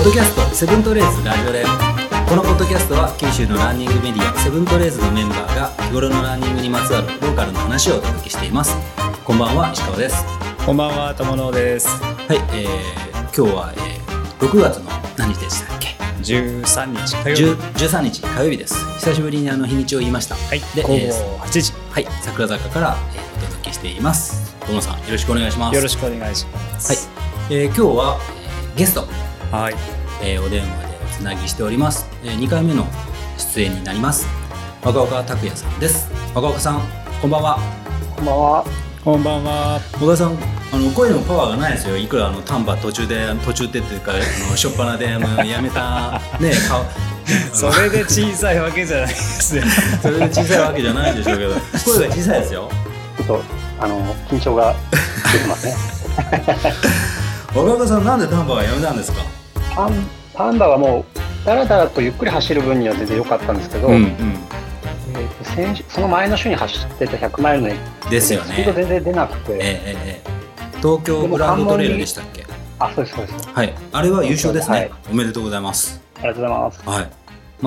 ドキャストセブントレーズラジオレ。このポッドキャストは九州のランニングメディアセブントレーズのメンバーが日頃のランニングにまつわるローカルの話をお届けしています。こんばんは、石川です。 こんばんは、友野です。 はい、今日は、6月の何日でしたっけ。 13日火曜日。 13日火曜日です。久しぶりに日にちを言いました。 はい、 で午後8時、 はい、桜坂から、お届けしています。友野さん、よろしくお願いします。 よろしくお願いします。 はい、今日は、ゲスト、 はい、 お電話でおつなぎしております。2回目の出演になります若岡拓也さんです。若岡さん、こんばんは。 こんばんは。 こんばんは。 小川さん、声のパワーがないですよ。いくら丹波途中っていうか初っ端でやめたねそれで小さいわけじゃないですよそれで小さいわけじゃないでしょうけど声が小さいですよ。 ちょっと緊張が出てますね若岡さん、なんで丹波はやめたんですか。 丹波はもうだらだらとゆっくり走る分には全然良かったんですけど、その前の週に走ってた100マイルの駅ですよね。 スピード全然出なくて、 東京グランドトレイルでしたっけ。 そうですそうです。 はい、あれは優勝ですね、 はい、 おめでとうございます。 ありがとうございます。 はい、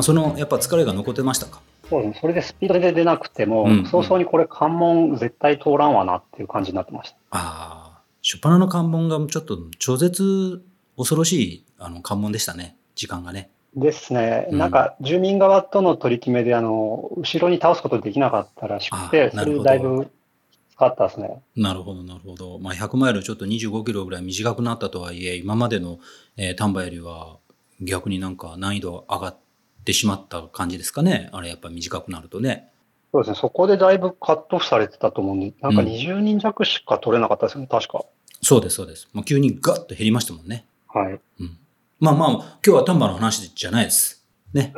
そのやっぱ疲れが残ってましたか。 そうですね、それでスピードで出なくても、早々にこれ関門絶対通らんわなっていう感じになってました。 初っ端の関門がちょっと超絶恐ろしい関門でしたね、時間がね。 ですね、なんか住民側との取り決めで後ろに倒すことできなかったらしくて、それでだいぶ使ったですね。 なるほどなるほど。100マイルちょっと25キロぐらい短くなったとはいえ、今までの、丹波よりは逆になんか難易度上がってしまった感じですかね。あれやっぱ短くなるとね。 そうですね、そこでだいぶカットオフされてたと思うんで、なんか20人弱しか取れなかったですよね、確か。 そうですそうです。急にガッと減りましたもんね。 はい。 今日は丹波の話じゃないですね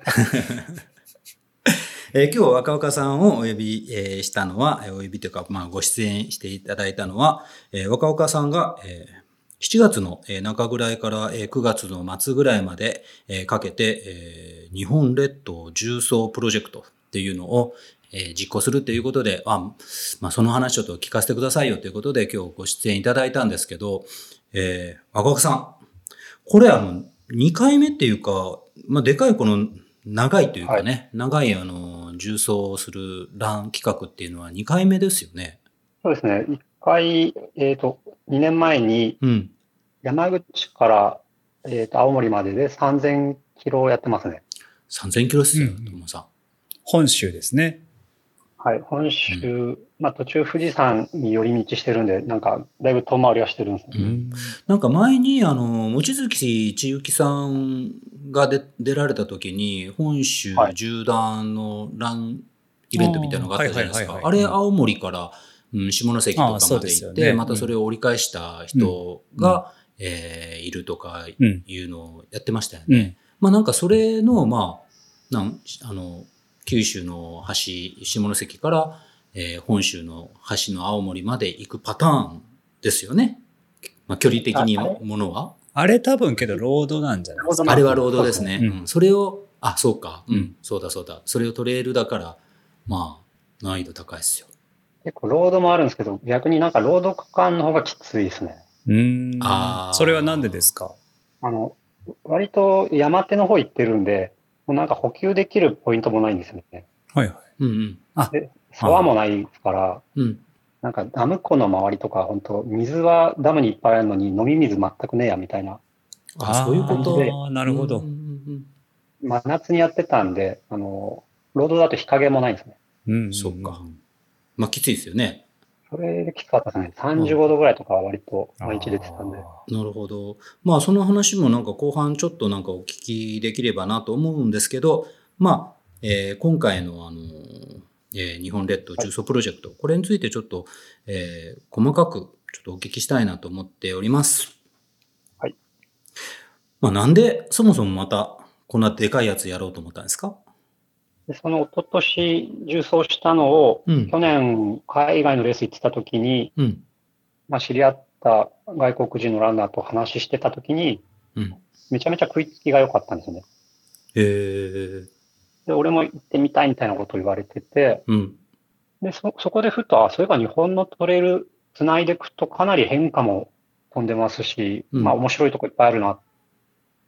今日若岡さんをお呼び、したのは、お呼びというか、ご出演していただいたのは、若岡さんが、7月の中ぐらいから9月の末ぐらいまでかけて、日本列島縦走プロジェクトっていうのを実行するということで、その話ちょっと聞かせてくださいよということで今日ご出演いただいたんですけど、若岡さん、これ2回目っていうか、でかいこの長いというかね、長い縦走するラン企画っていうのは2回目ですよね。 そうですね。1回、2年前に、山口から、青森までで3000キロをやってますね。 3000キロですよ、友さん。 本州ですね。はい、 本州、途中富士山に寄り道してるんで、なんか、だいぶ遠回りはしてるんですね。 なんか前に、望月千幸さんが出られた時に、本州縦断のランイベントみたいなのがあったじゃないですか。あれ、青森から、下関とかまで行って、またそれを折り返した人が、いるとかいうのをやってましたよね。なんかそれの、九州の端、下関から、本州の端の青森まで行くパターンですよね。距離的にものは。 あれ多分けどロードなんじゃないですか。 あれはロードですね。それを、そうか。そうだそうだ。それをトレイルだから、難易度高いですよ。 結構ロードもあるんですけど、逆になんかロード区間の方がきついですね。 それはなんでですか。 割と山手の方行ってるんで、もうなんか補給できるポイントもないんですよね。 はいはい。 で、沢もないから、なんかダム湖の周りとか、本当水はダムにいっぱいあるのに飲み水全くねえやみたいな。 そういうことで。 なるほど。 真夏にやってたんで、ロードだと日陰もないんですね。 そうか。きついですよね。 それできつかったですね。35度ぐらいとかは割と毎日出てたんで。 なるほど。その話もなんか後半ちょっとなんかお聞きできればなと思うんですけど、今回の日本列島縦走プロジェクト、これについてちょっと、細かくちょっとお聞きしたいなと思っております。 はい。 なんでそもそもまたこんなでかいやつやろうと思ったんですか？ でその一昨年縦走したのを、去年海外のレース行ってた時に、知り合った外国人のランナーと話してた時に、めちゃめちゃ食いつきが良かったんですよね。で、俺も行ってみたいみたいなことを言われてて、で、そこでふと、そういえば日本のトレイル繋いでいくとかなり変化も飛んでますし、面白いとこいっぱいあるなっ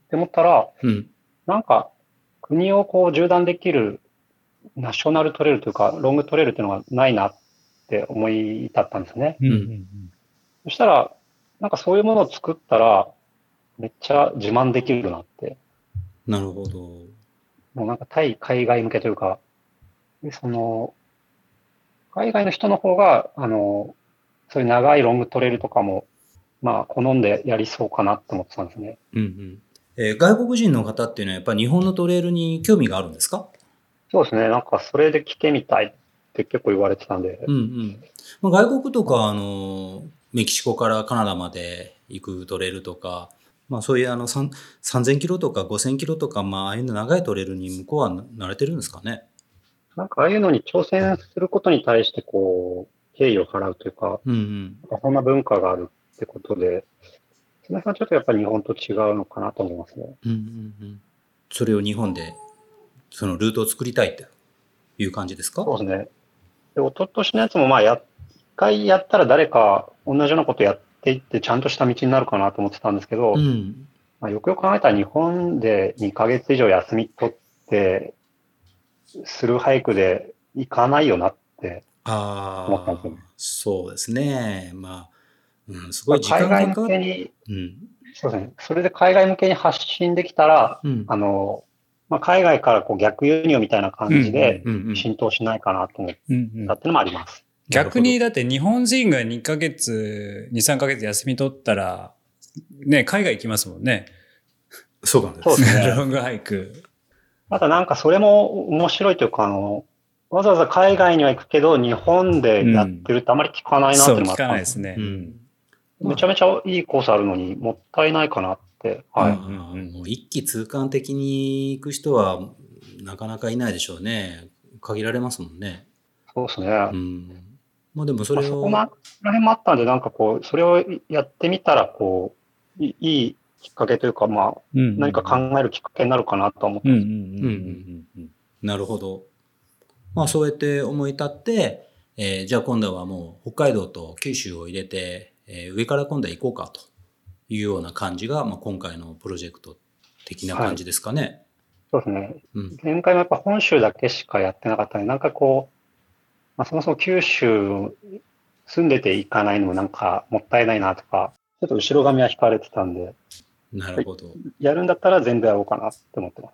って思ったら、 うん。 なんか国をこう縦断できるナショナルトレイルというか、ロングトレイルっていうのがないなって思い至ったんですね。 うん。 そしたら、なんかそういうものを作ったら、めっちゃ自慢できるなって。 なるほど。 もうなんか対海外向けというか、で海外の人の方が、そういう長いロングトレイルとかも、まあ、好んでやりそうかなって思ってたんですね。 うんうん。外国人の方っていうのはやっぱり日本のトレイルに興味があるんですか？ そうですね。なんかそれで来てみたいって結構言われてたんで。 うんうん。まあ、外国とか、メキシコからカナダまで行くトレイルとか、まあそういう3000キロとか5000キロとか、まあああいうの長いトレイルに向こうは慣れてるんですかね。 なんかああいうのに挑戦することに対してこう、敬意を払うというか、 うんうん。 そんな文化があるってことで、その辺はちょっとやっぱり日本と違うのかなと思いますね。 うんうんうん。それを日本で、そのルートを作りたいっていう感じですか？ そうですね。で、一昨年のやつもまあ一回やったら誰か同じようなことやっていってちゃんとした道になるかなと思ってたんですけど、 うん。 まあ、よくよく考えたら日本で2ヶ月以上休み取ってする俳句で行かないよなって思ったんですよね。 ああ、そうですね。まあ、うん、すごい時海外向間かかっ、 けに、 うん。 そうですね。それで海外向けに発信できたら、 うん。 まあ、海外からこう逆輸入みたいな感じでうんうん。 浸透しないかなと思ったっていうのもあります。 逆にだって日本人が2ヶ月、2、3ヶ月休み取ったら、ね、海外行きますもんね。 そうなんです。 そうですね。 ロングハイク。 ただなんかそれも面白いというか、わざわざ海外には行くけど、日本でやってるってあまり聞かないなっていうのもあったそう、聞かないんです。 ですね。 めちゃめちゃいいコースあるのにもったいないかなって。はい。 もう一気通貫的に行く人はなかなかいないでしょうね。限られますもんね。 そうですね。 まあでもそれを、 そこら辺もあったんで、なんかこう、それをやってみたら、こう、いいきっかけというか、まあ、何か考えるきっかけになるかなと思ってます。 なるほど。まあそうやって思い立って、じゃあ今度はもう北海道と九州を入れて、上から今度は行こうかというような感じが、まあ、今回のプロジェクト的な感じですかね。 そうですね。前回もやっぱ本州だけしかやってなかったので、なんかこう、まあ、そもそも九州住んでて行かないのもなんかもったいないなとか、ちょっと後ろ髪は引かれてたんで、 なるほど。 やるんだったら全部やろうかなって思ってます。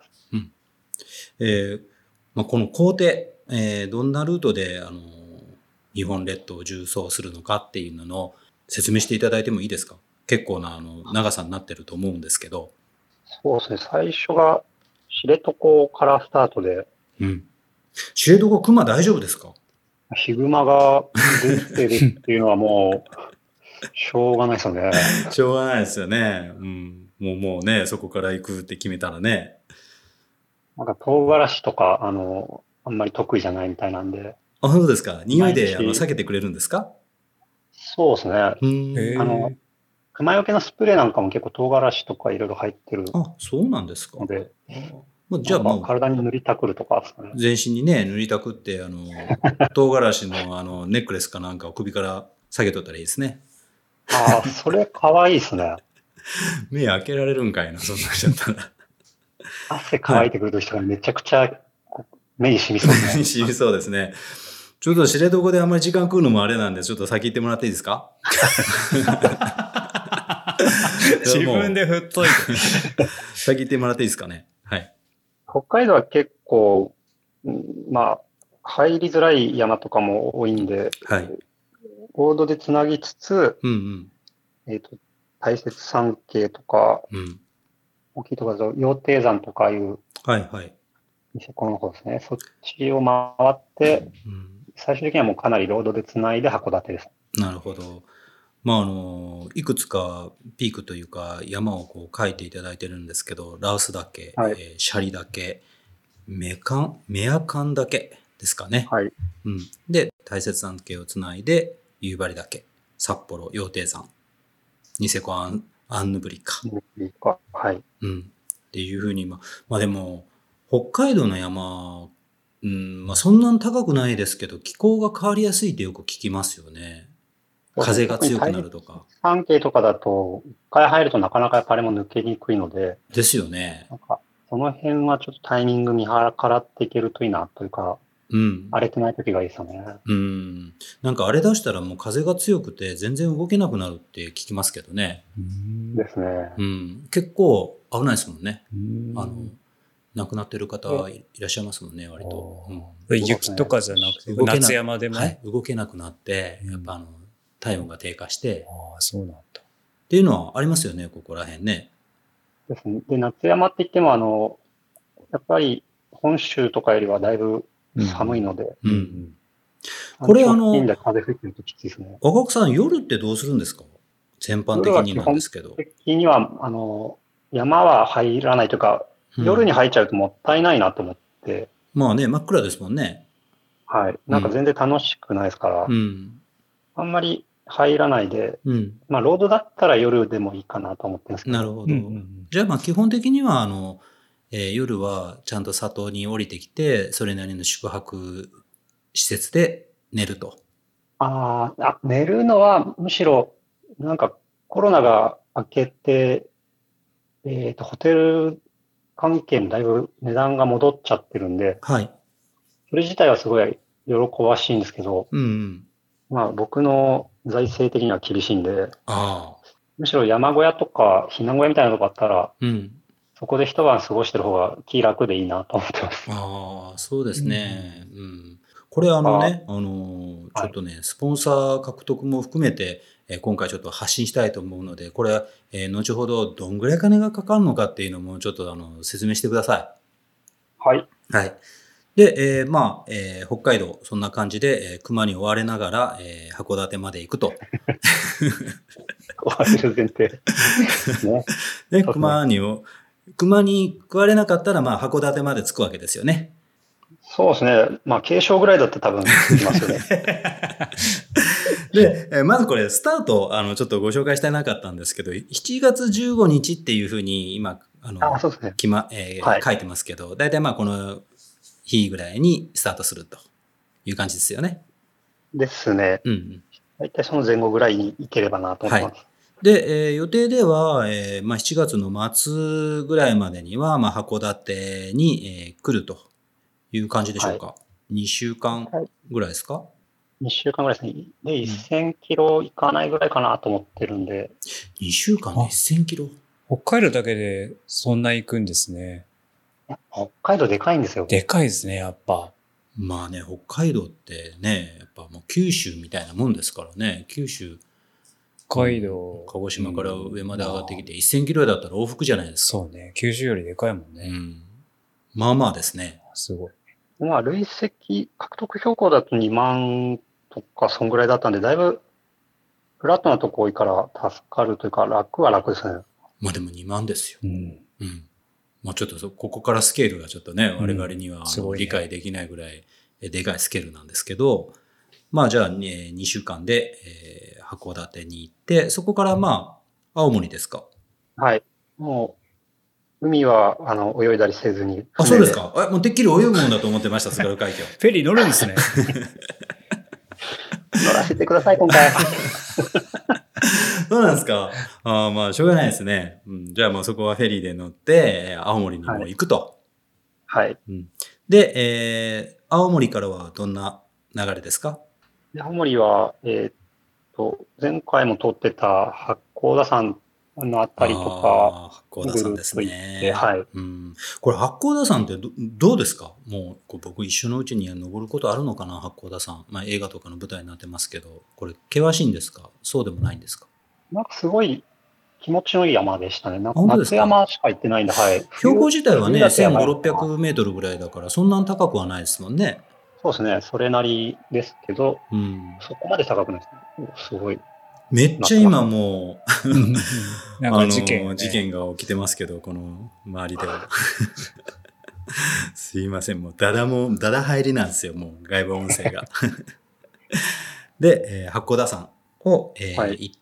まあ、この工程、どんなルートで日本列島を縦走するのかっていうのを説明していただいてもいいですか？結構な長さになってると思うんですけど。 そうですね。最初が知床からスタートで。 知床熊大丈夫ですか？ ヒグマが出てるっていうのはもう、しょうがないですよね。 しょうがないですよね。もうね、そこから行くって決めたらね。 なんか唐辛子とか、あんまり得意じゃないみたいなんで。 あ、そうですか。匂いで避けてくれるんですか？ そうですね。熊よけのスプレーなんかも結構唐辛子とかいろいろ入ってる。 あ、そうなんですか。 じゃあもう。体に塗りたくるとかですかね。 全身にね、塗りたくって、唐辛子のネックレスかなんかを首から下げとったらいいですね。 ああ、それかわいいですね。 目開けられるんかいな、そんなんしちゃったら。 汗乾いてくる人がめちゃくちゃ目に染みそうですね。 目に染みそうですね。ちょっと知床であんまり時間食うのもあれなんで、ちょっと先行ってもらっていいですか？ 自分で振っといて。 先行ってもらっていいですかね。はい。 北海道は結構、まあ、入りづらい山とかも多いんで、 はい。 ロードでつなぎつつ、大雪山系とか、大きいところだと、羊蹄山とかいう、 はいはい。 ニセコの方ですね。そっちを回って、最終的にはもうかなりロードでつないで函館です。 なるほど。まあいくつかピークというか山をこう書いていただいてるんですけど、羅臼岳、斜里岳、メアカン岳ですかね。 はい。 で、大雪山系をつないで、夕張岳、札幌、羊蹄山、ニセコアンヌブリか。 はい。 っていうふうに、まあでも、北海道の山、まあそんなに高くないですけど、気候が変わりやすいってよく聞きますよね。 風が強くなるとか。 関係とかだと、一回入るとなかなかやっぱりも抜けにくいので。 ですよね。 なんか、その辺はちょっとタイミング見計らっていけるといいなというか、荒れてない時がいいですよね。 なんか荒れ出したらもう風が強くて全然動けなくなるって聞きますけどね。 ですね。 結構危ないですもんね。亡くなってる方いらっしゃいますもんね、割と。 雪とかじゃなくて、夏山でも、 はい、動けなくなって、やっぱ体温が低下して、 そうなんだ。 っていうのはありますよね、ここら辺ね。 ですね。で、夏山って言っても、やっぱり本州とかよりはだいぶ寒いので、 これ風吹いてるときついですね。 若奥さん、夜ってどうするんですか？全般的になんですけど。 基本的には、山は入らないというか、夜に入っちゃうともったいないなと思って。 まあね、真っ暗ですもんね。 はい。なんか全然楽しくないですから、あんまり入らないで、まあ、ロードだったら夜でもいいかなと思ってるんですけど。 なるほど。じゃあ、まあ、基本的には、夜はちゃんと里に降りてきて、それなりの宿泊施設で寝ると。 寝るのはむしろ、なんかコロナが明けて、ホテル関係もだいぶ値段が戻っちゃってるんで、 はい。 それ自体はすごい喜ばしいんですけど、まあ僕の財政的には厳しいんで、むしろ山小屋とか避難小屋みたいなとこあったら、そこで一晩過ごしてる方が気楽でいいなと思ってます。 そうですね。これちょっとね、スポンサー獲得も含めて、今回ちょっと発信したいと思うので、これは、後ほどどんぐらい金がかかるのかっていうのもちょっと説明してください。はい。 はい。で、北海道、そんな感じで、熊に追われながら、函館まで行くと。 追われる前提。 ね。で、熊に食われなかったら、函館まで着くわけですよね。 そうですね。まあ、軽症ぐらいだったら多分着きますよね。 で、まずこれ、スタート、ちょっとご紹介してなかったんですけど、7月15日っていうふうに、今、 そうですね。 書いてますけど、大体この日ぐらいにスタートするという感じですよね。 ですね。大体その前後ぐらいに行ければなと思います。 で、予定では、7月の末ぐらいまでには、函館に、来るという感じでしょうか。2週間ぐらいですか ？2週間ぐらいですね。で、1000キロいかないぐらいかなと思ってるんで。 2週間で1000キロ？ 北海道だけでそんな行くんですね。 北海道でかいんですよ。 でかいですね、やっぱ。 まあね、北海道ってね、やっぱもう九州みたいなもんですからね。九州。 北海道。 鹿児島から上まで上がってきて、1000キロだったら往復じゃないですか。 そうね。九州よりでかいもんね。 まあまあですね。 すごい。 まあ、累積獲得標高だと2万とか、そんぐらいだったんで、だいぶ、フラットなとこ多いから助かるというか、楽は楽ですね。 まあでも2万ですよ。まあちょっとここからスケールがちょっとね、我々には理解できないぐらいでかいスケールなんですけど、まあじゃあ2週間で函館に行って、そこから青森ですか？ はい。もう、海は泳いだりせずに。 そうですか。もうてっきり泳ぐもんだと思ってました、津軽海峡。 フェリー乗るんですね。 乗らせてください、今回。 そうなんですか。まあ、しょうがないですね。じゃあもうそこはフェリーで乗って、青森にも行くと。 はい。 で、青森からはどんな流れですか？ 青森は、前回も通ってた八甲田山のあたりとか、 八甲田山ですね。 はい。 これ八甲田山ってどうですか？もう僕一緒のうちに登ることあるのかな、八甲田山。まあ映画とかの舞台になってますけど、これ険しいんですか？そうでもないんですか？ なんかすごい気持ちのいい山でしたね。なんか夏山しか行ってないんで、はい。 標高自体はね、1500、600メートルぐらいだから、そんなに高くはないですもんね。 そうですね。それなりですけど、そこまで高くないですね。すごい。 めっちゃ今もうなんか事件が起きてますけど、この周りでは。すいません、もうだだ入りなんですよ、もう外部音声が。で、八甲田山を、行って、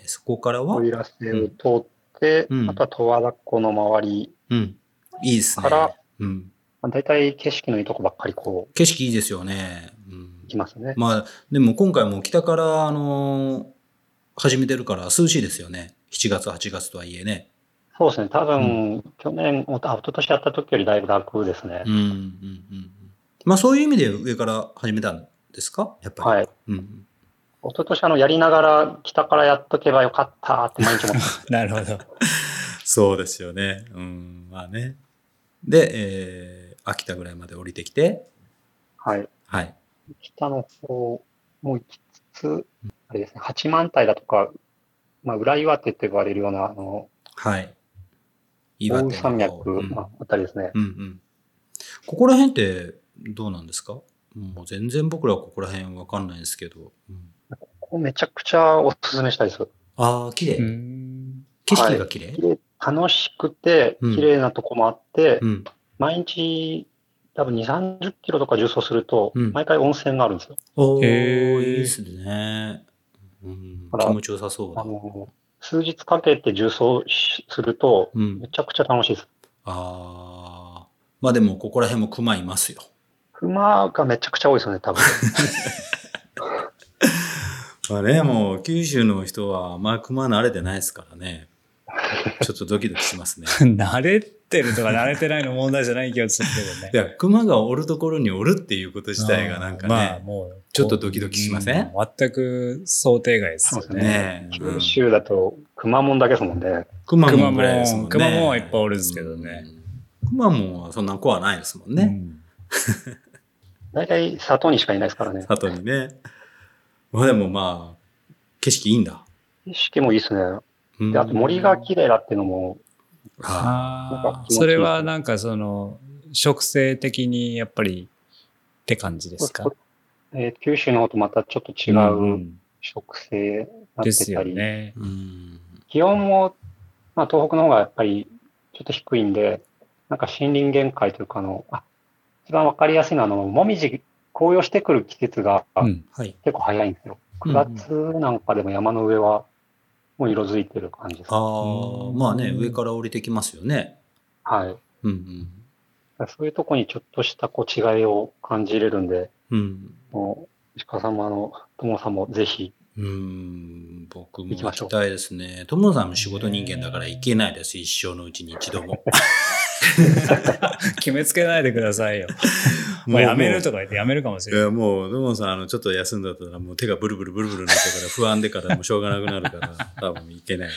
そこからは奥入瀬を通って、あとは十和田湖の周り。 いいですね。 から、だいたい景色のいいとこばっかりこう。 景色いいですよね。 きますね。 まあ、でも今回も北から、始めてるから涼しいですよね。7月、8月とはいえね。 そうですね。多分、去年、一昨年やった時よりだいぶ楽ですね。 まあそういう意味で上から始めたんですかやっぱり。 はい。一昨年やりながら北からやっとけばよかったって毎日思ってます。 なるほど。 そうですよね。まあね。で、秋田ぐらいまで降りてきて。 はい。 はい。 北の方も行きつつ、あれですね、八幡平だとか、まあ、裏岩手と呼ばれるような、 はい。 岩手山脈あたりですね。 ここら辺ってどうなんですか？もう全然僕らここら辺わかんないんですけど。 ここめちゃくちゃおすすめしたいです。 ああ、綺麗。景色が綺麗？ 綺麗。楽しくて、綺麗なとこもあって、毎日、多分2、30キロとか縦走すると、毎回温泉があるんですよ。 おー、いいですね。気持ちよさそうだ。 数日かけて縦走すると、めちゃくちゃ楽しいです。 まあでも、ここら辺も熊いますよ。 熊がめちゃくちゃ多いですよね、多分。 まあね、もう九州の人はあんまり熊慣れてないですからね。ちょっとドキドキしますね。 慣れてるとか慣れてないの問題じゃない気がするけどね。 いや、熊がおるところにおるっていうこと自体がなんかね、まあもうちょっとドキドキしません？ 全く想定外ですよね。 九州だと熊門だけですもんね。 熊門ぐらいですもんね。 熊門はいっぱいおるんですけどね。 熊門はそんな子はないですもんね。 大体里にしかいないですからね。 里にね。まあでもまあ、景色いいんだ。 景色もいいですね。で、あと森が綺麗だっていうのも、 それはなんか植生的にやっぱりって感じですか？ 九州の方とまたちょっと違う植生になってたり、ね、気温も、まあ、東北の方がやっぱりちょっと低いんで、なんか森林限界というか一番わかりやすいのはもみじ紅葉してくる季節が結構早いんですよ。9月なんかでも山の上はもう色づいてる感じです。 まあね、上から降りてきますよね。 はい。そういうとこにちょっとした違いを感じれるんで、もう石川さんも友さんもぜひ。 僕も行きたいですね。友さんも仕事人間だから行けないです。一生のうちに一度も。 決めつけないでくださいよ。もうやめるとか言ってやめるかもしれない。 いや、もう、友さん、ちょっと休んだったら、もう手がブルブルブルブルになったから、不安でからもうしょうがなくなるから、多分行けないです。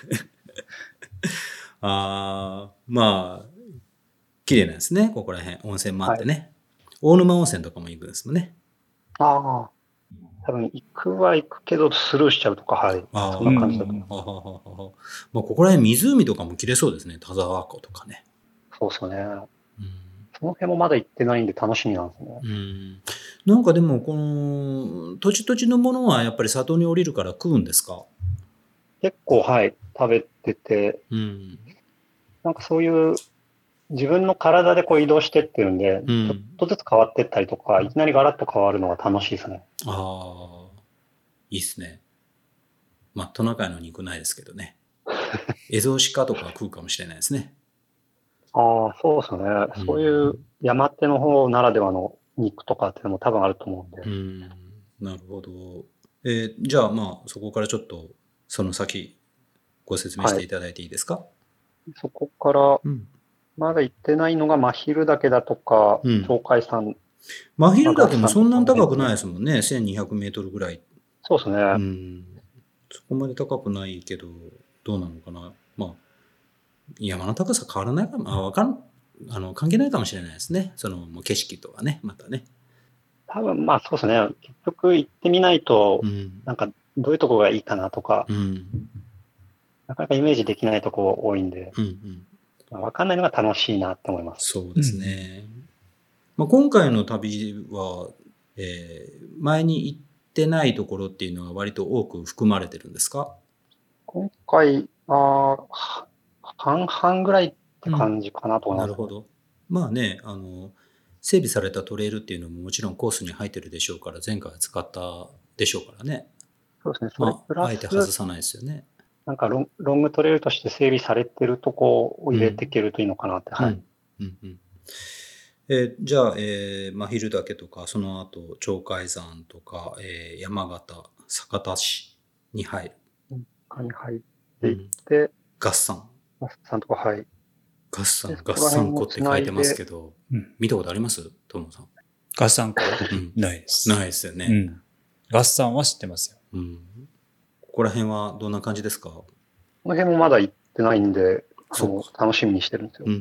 まあ、綺麗なんですね、ここら辺。温泉もあってね。大沼温泉とかも行くんですもんね。 多分行くは行くけどスルーしちゃうとか、はい。そんな感じだと思います。 まあ、ここら辺湖とかも綺麗そうですね。田沢湖とかね。 そうですよね。その辺もまだ行ってないんで楽しみなんですね。 なんかでも、この、土地のものはやっぱり里に降りるから食うんですか？ 結構、はい、食べてて、なんかそういう自分の体で移動してってるんで、ちょっとずつ変わってったりとか、いきなりガラッと変わるのが楽しいですね。 いいっすね。まあ、トナカイの肉ないですけどね。エゾシカとか食うかもしれないですね。 そうですね。そういう山手の方ならではの肉とかっていうのも多分あると思うんで。 なるほど。じゃあまあ、そこからちょっと、その先、ご説明していただいていいですか？ そこから、まだ行ってないのが真昼岳だとか、鳥海山。 真昼岳もそんなに高くないですもんね。1200メートルぐらい。 そうですね。 そこまで高くないけど、どうなのかな。まあ、山の高さ変わらないかも、関係ないかもしれないですね。もう景色とはね、またね。 多分、まあそうですね。結局行ってみないと、なんかどういうとこがいいかなとか、なかなかイメージできないとこ多いんで、わかんないのが楽しいなって思います。 そうですね。まあ、今回の旅は、前に行ってないところっていうのは割と多く含まれてるんですか？ 今回、半々ぐらいって感じかなと思います。 なるほど。まあね、整備されたトレイルっていうのももちろんコースに入ってるでしょうから、前回は使ったでしょうからね。 そうですね。それプラス、 あえて外さないですよね。 なんかロングトレイルとして整備されてるとこを入れていけるといいのかなって。 じゃあ、真昼岳とか、その後、鳥海山とか、山形、酒田市に入る。 に入っていって、 月山。 月山とか、はい。 月山湖って書いてますけど、見たことあります友野さん。 月山湖ないです。 ないですよね。 月山は知ってますよ。 ここら辺はどんな感じですか？この辺もまだ行ってないんで、楽しみにしてるんですよ。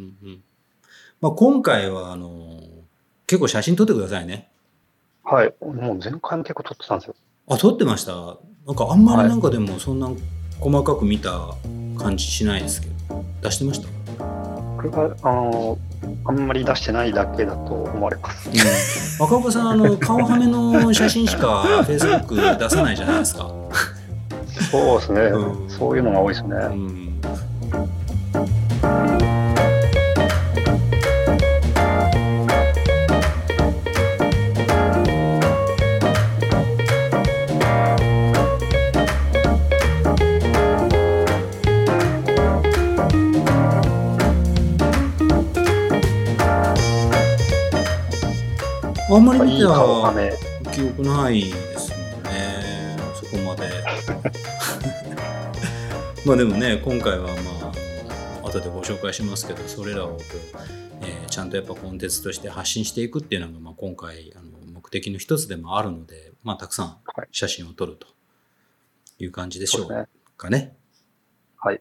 今回は、結構写真撮ってくださいね。 はい。もう前回も結構撮ってたんですよ。 撮ってました？なんかあんまりなんかでもそんな細かく見た感じしないですけど、出してました？ 僕が、あんまり出してないだけだと思われます。 若岡さん、顔はめの写真しか Facebook 出さないじゃないですか。 そうですね。そういうのが多いですね。 あんまり見た記憶ないですもんね、そこまで。まあでもね、今回は後でご紹介しますけど、それらをちゃんとやっぱコンテンツとして発信していくっていうのが今回目的の一つでもあるので、たくさん写真を撮るという感じでしょうかね。 はい。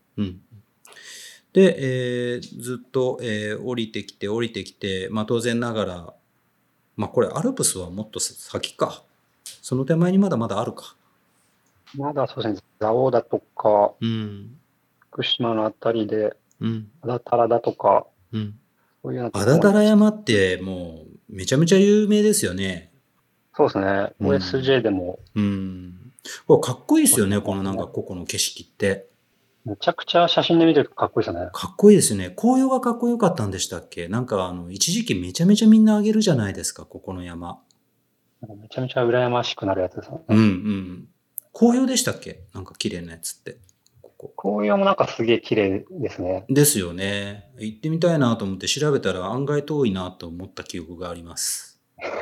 で、ずっと、降りてきて、当然ながらこれアルプスはもっと先か。その手前にまだまだあるか。 まだそうですね。蔵王だとか、福島のあたりで、安達太良だとか、 そういう安達太良山ってもうめちゃめちゃ有名ですよね。 そうですね。OSJ でも。 これかっこいいですよね、ここの景色って。 めちゃくちゃ写真で見てるとかっこいいですよね。 かっこいいですね。紅葉がかっこよかったんでしたっけ？一時期めちゃめちゃみんな上げるじゃないですか、ここの山。 めちゃめちゃ羨ましくなるやつですよね。 紅葉でしたっけ？綺麗なやつって。 紅葉もすげえ綺麗ですね。 ですよね。行ってみたいなと思って調べたら案外遠いなと思った記憶があります。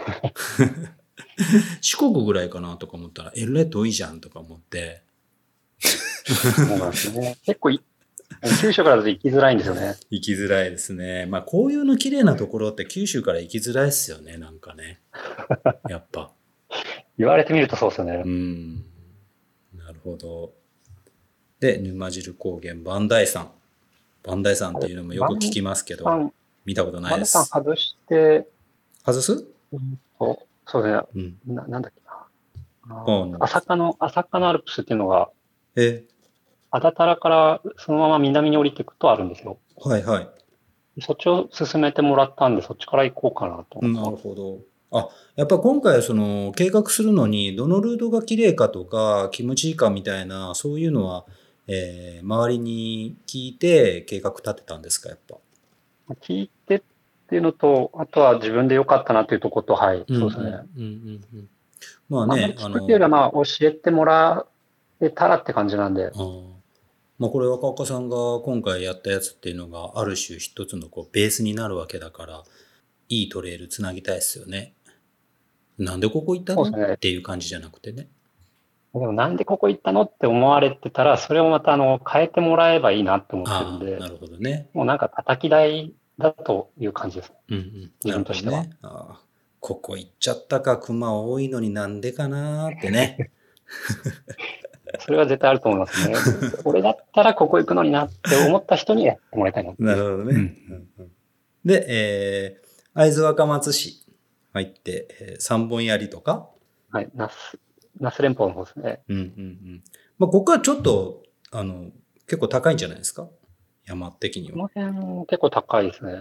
四国ぐらいかなとか思ったら、えらい遠いじゃんとか思って。 そうなんですね。結構九州からだと行きづらいんですよね。 行きづらいですね。紅葉の綺麗なところって九州から行きづらいですよね、やっぱ。 言われてみるとそうですよね。 なるほど。で、沼汁高原、磐梯山。磐梯山っていうのもよく聞きますけど、見たことないです。 磐梯山外して、 外す？ そうですね。なんだっけな。朝霞のアルプスっていうのが、安達太良からそのまま南に降りていくとあるんですよ。 はいはい。 そっちを進めてもらったんで、そっちから行こうかなと。 なるほど。やっぱ今回計画するのに、どのルートが綺麗かとか、気持ちいいかみたいな、そういうのは、周りに聞いて計画立てたんですか、やっぱ。 聞いてっていうのと、あとは自分で良かったなっていうところと、はい、そうですね。聞くっていうよりは、教えてもらえたらって感じなんで。 これ若岡さんが今回やったやつっていうのがある種一つのベースになるわけだから、いいトレイルつなぎたいですよね。なんでここ行ったのっていう感じじゃなくてね。 でもなんでここ行ったのって思われてたら、それをまた変えてもらえばいいなって思ってるんで。 なるほどね。 もう叩き台だという感じです。自分としては。 ここ行っちゃったか、熊多いのになんでかなってね。 それは絶対あると思いますね。俺だったらここ行くのになって思った人にやってもらいたいな。 なるほどね。で、会津若松市入って、三本槍とか。 はい、那須連峰の方ですね。 ここはちょっと、結構高いんじゃないですか？山的には。 この辺結構高いですね。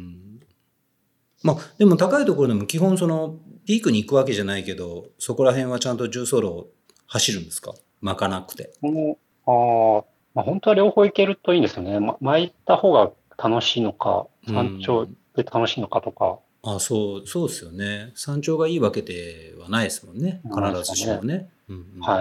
でも高いところでも基本ピークに行くわけじゃないけど、そこら辺はちゃんと重走路走るんですか？巻かなくて。 本当は両方行けるといいんですよね。巻いた方が楽しいのか、山頂で楽しいのかとか。 そうですよね。山頂がいいわけではないですもんね。必ずしもね。 はい。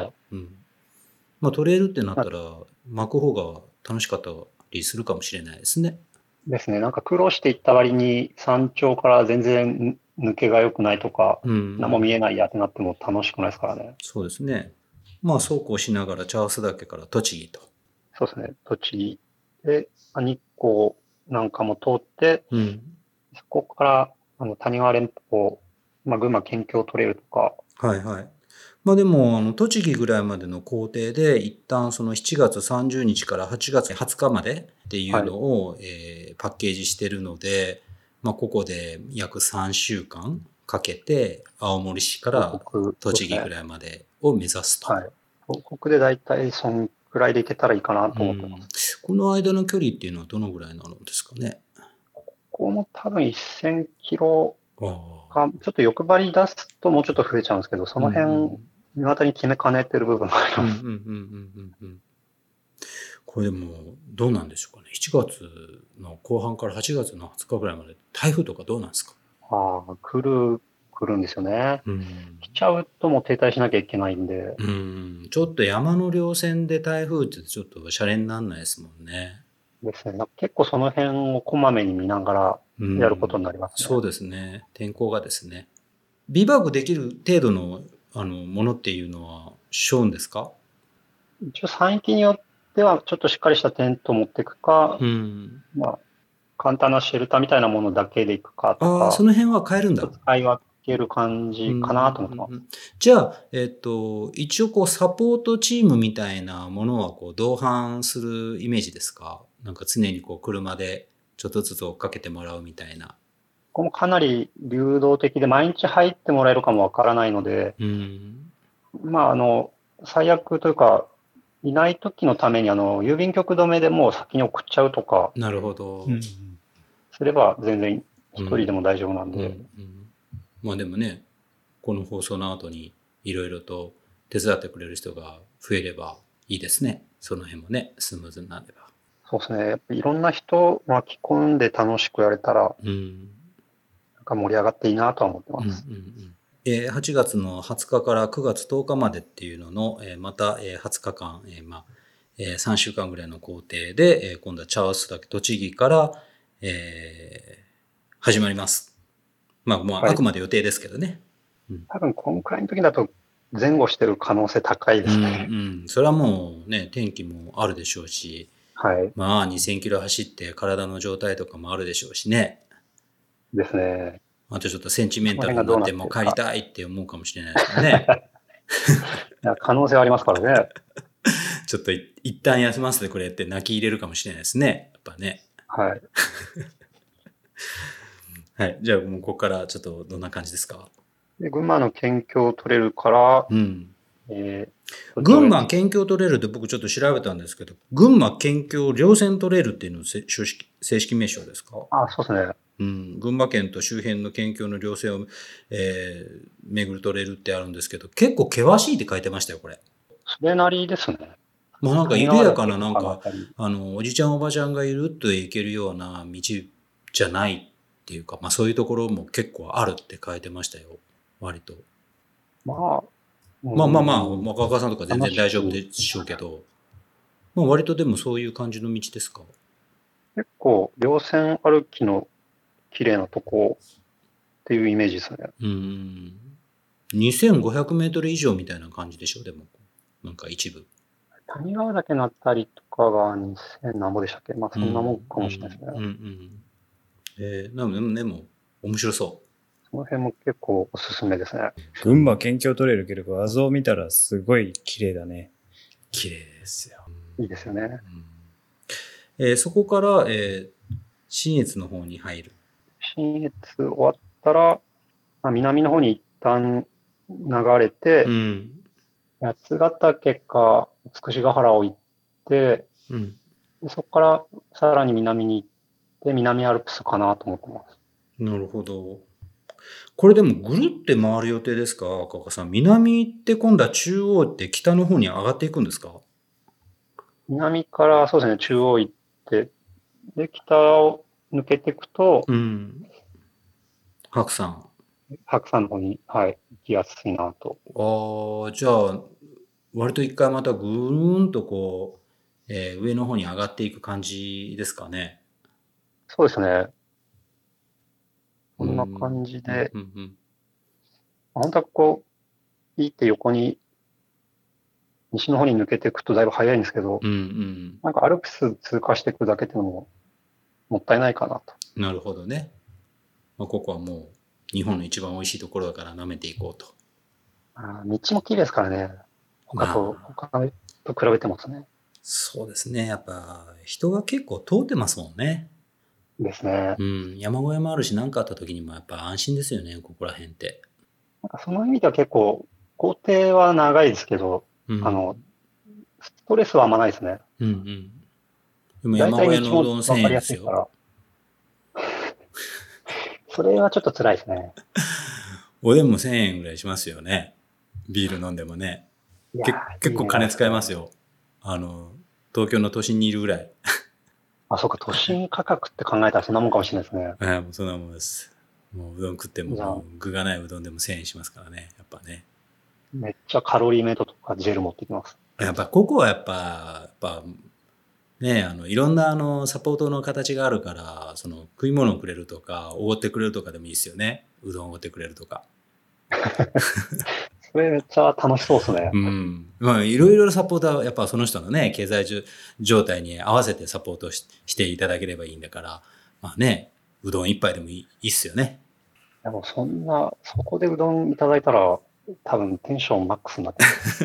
トレイルってなったら、巻く方が楽しかったりするかもしれないですね。 ですね。なんか苦労していった割に山頂から全然抜けが良くないとか、何も見えないやってなっても楽しくないですからね。 そうですね。まあそうこうしながら茶臼岳から栃木と。 そうですね。栃木で、日光なんかも通って、そこから谷川連峰、群馬県境トレイルとか。 はいはい。まあでも、栃木ぐらいまでの工程で、一旦その7月30日から8月20日までっていうのを、パッケージしてるので、まあここで約3週間かけて、青森市から栃木ぐらいまでを目指すと。 はい。東北でだいたいそんくらいで行けたらいいかなと思ってます。 この間の距離っていうのはどのぐらいなのですかね。 ここも多分1000キロか、ちょっと欲張り出すともうちょっと増えちゃうんですけど、その辺、見渡りに決めかねてる部分があります。 これでも、どうなんでしょうかね。7月の後半から8月の20日ぐらいまで、台風とかどうなんですか？ 来るんですよね。来ちゃうともう停滞しなきゃいけないんで。 ちょっと山の稜線で台風ってちょっとシャレにならないですもんね。 ですね。結構その辺をこまめに見ながらやることになりますね。 そうですね。天候がですね。ビバークできる程度のものっていうのはショーンですか？ 一応山域によってはちょっとしっかりしたテントを持っていくか、簡単なシェルターみたいなものだけでいくかとか。 その辺は変えるんだ。 使い分ける感じかなと思ってます。 じゃあ、一応サポートチームみたいなものは同伴するイメージですか？なんか常に車でちょっとずつ追っかけてもらうみたいな。 ここもかなり流動的で毎日入ってもらえるかもわからないので、最悪というか、いない時のために郵便局止めでもう先に送っちゃうとか。 なるほど。 すれば全然一人でも大丈夫なんで。 まあでもね、この放送の後にいろいろと手伝ってくれる人が増えればいいですね。その辺もね、スムーズになれば。 そうですね。やっぱいろんな人巻き込んで楽しくやれたら、なんか盛り上がっていいなとは思ってます。 8月の20日から9月10日までっていうのの、また20日間、3週間ぐらいの工程で、今度は茶臼岳栃木から、始まります。まあ、あくまで予定ですけどね。 多分今回の時だと前後してる可能性高いですね。 それはもうね、天気もあるでしょうし、まあ2000キロ走って体の状態とかもあるでしょうしね。 ですね。 あとちょっとセンチメンタルになっても帰りたいって思うかもしれないですね。 いや可能性はありますからね。 ちょっと一旦休ませてくれって泣き入れるかもしれないですね。やっぱね。 はい。 はい。じゃあもうここからちょっとどんな感じですか？ で群馬の県境取れるから、 群馬県境トレイルって僕ちょっと調べたんですけど、群馬県境稜線トレイルっていうの正式名称ですか？ そうですね。 群馬県と周辺の県境の稜線を、巡るトレイルってあるんですけど、結構険しいって書いてましたよ、これ。 それなりですね。 まあなんか緩やかななんか、おじちゃんおばちゃんがいるっと行けるような道じゃないっていうか、まあそういうところも結構あるって書いてましたよ、割と。まあ、若川さんとか全然大丈夫でしょうけど、まあ割とでもそういう感じの道ですか？ 結構、稜線歩きの綺麗なとこっていうイメージですね。 2500メートル以上みたいな感じでしょ？でも、なんか一部。 谷川岳のあたりとかが2000何ぼでしたっけ？まあそんなもんかもしれないですね。 でも、面白そう。 その辺も結構おすすめですね。 群馬県境トレイルけど画像見たらすごい綺麗だね。 綺麗ですよ。 いいですよね。 そこから、信越の方に入る。 信越終わったら、南の方に一旦流れて、八ヶ岳かつくしヶ原を行って、そこからさらに南に行って、南アルプスかなと思ってます。 なるほど。これでもぐるって回る予定ですか、赤岡さん。南行って今度は中央って北の方に上がっていくんですか？ 南からそうですね、中央行って、で、北を抜けていくと、 白山の方に、行きやすいなと。 じゃあ、割と一回またぐーんと上の方に上がっていく感じですかね。 そうですね。こんな感じで、本当はこう、いいって横に、西の方に抜けていくとだいぶ早いんですけど、なんかアルプス通過していくだけっていうのももったいないかなと。 なるほどね。ここはもう日本の一番美味しいところだから舐めていこうと。 道も綺麗ですからね。他と比べてますね。 そうですね。やっぱ人が結構通ってますもんね。 ですね。 山小屋もあるし何かあった時にもやっぱ安心ですよね、ここら辺って。 なんかその意味では結構、工程は長いですけど、ストレスはあんまないですね。 でも山小屋のうどん1000円ですよ。 それはちょっと辛いですね。 おでんも1000円ぐらいしますよね。ビール飲んでもね。結構金使いますよ。東京の都心にいるぐらい。 そうか、都心価格って考えたらそんなもんかもしれないですね。 もうそんなもんです。もううどん食っても具がないうどんでも1000円しますからね、やっぱね。 めっちゃカロリーメイトとかジェル持ってきます。 やっぱここはやっぱね、いろんなサポートの形があるから、食い物をくれるとか、おごってくれるとかでもいいですよね。うどんをおごってくれるとか。 それめっちゃ楽しそうですね。 いろいろサポートはやっぱその人のね、経済状態に合わせてサポートしていただければいいんだから、うどん一杯でもいいっすよね。 でもそこでうどんいただいたら、多分テンションマックスになって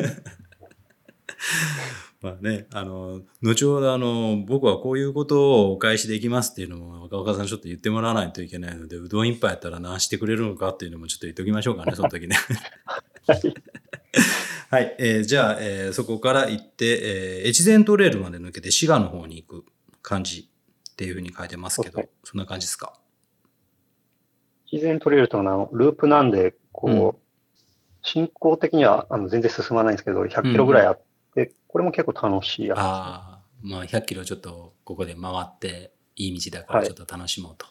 後ほど僕はこういうことをお返しできますっていうのも若岡さんちょっと言ってもらわないといけないので、うどん一杯やったら何してくれるのかっていうのもちょっと言っておきましょうかね、その時ね。はい、じゃあ、そこから行って、越前トレイルまで抜けて滋賀の方に行く感じっていうふうに書いてますけど、そんな感じですか？ 越前トレイルというのはループなんで、進行的には全然進まないんですけど、100キロぐらいあって、これも結構楽しいやつですね。 100キロちょっとここで回って、いい道だからちょっと楽しもうと。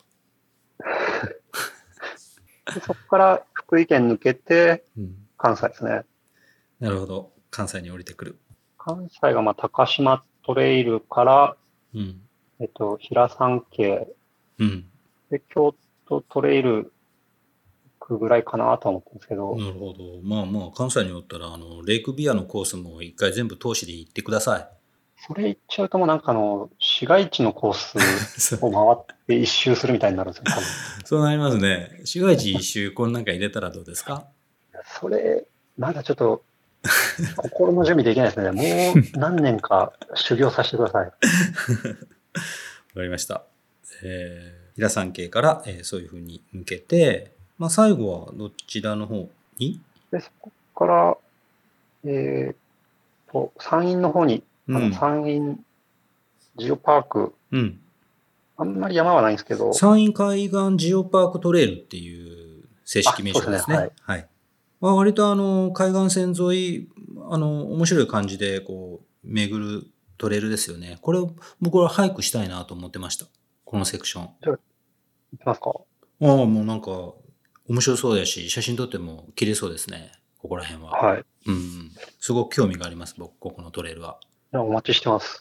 でそこから福井県抜けて、関西ですね。 なるほど。関西に降りてくる。 関西が高島トレイルから、平山系、で、京都トレイル行くぐらいかなと思ってるんですけど。 なるほど。関西におったら、レイクビアのコースも一回全部通しで行ってください。 それ行っちゃうともう市街地のコースを回って一周するみたいになるんですよ、多分。 そうなりますね。市街地一周、こんなんか入れたらどうですか？ それ、まだちょっと、心の準備できないですね。もう何年か修行させてください。わかりました。平山系から、そういうふうに抜けて、最後はどちらの方に？ で、そこから、山陰の方に、山陰ジオパーク、あんまり山はないんですけど。 山陰海岸ジオパークトレイルっていう正式名称ですね。はい。割と海岸線沿い、面白い感じで、巡るトレイルですよね。これ、僕はハイクしたいなと思ってました。このセクション。 じゃあ、行きますか？ もうなんか、面白そうだし、写真撮っても綺麗そうですね。ここら辺は。 はい。 すごく興味があります、僕、ここのトレイルは。 お待ちしてます。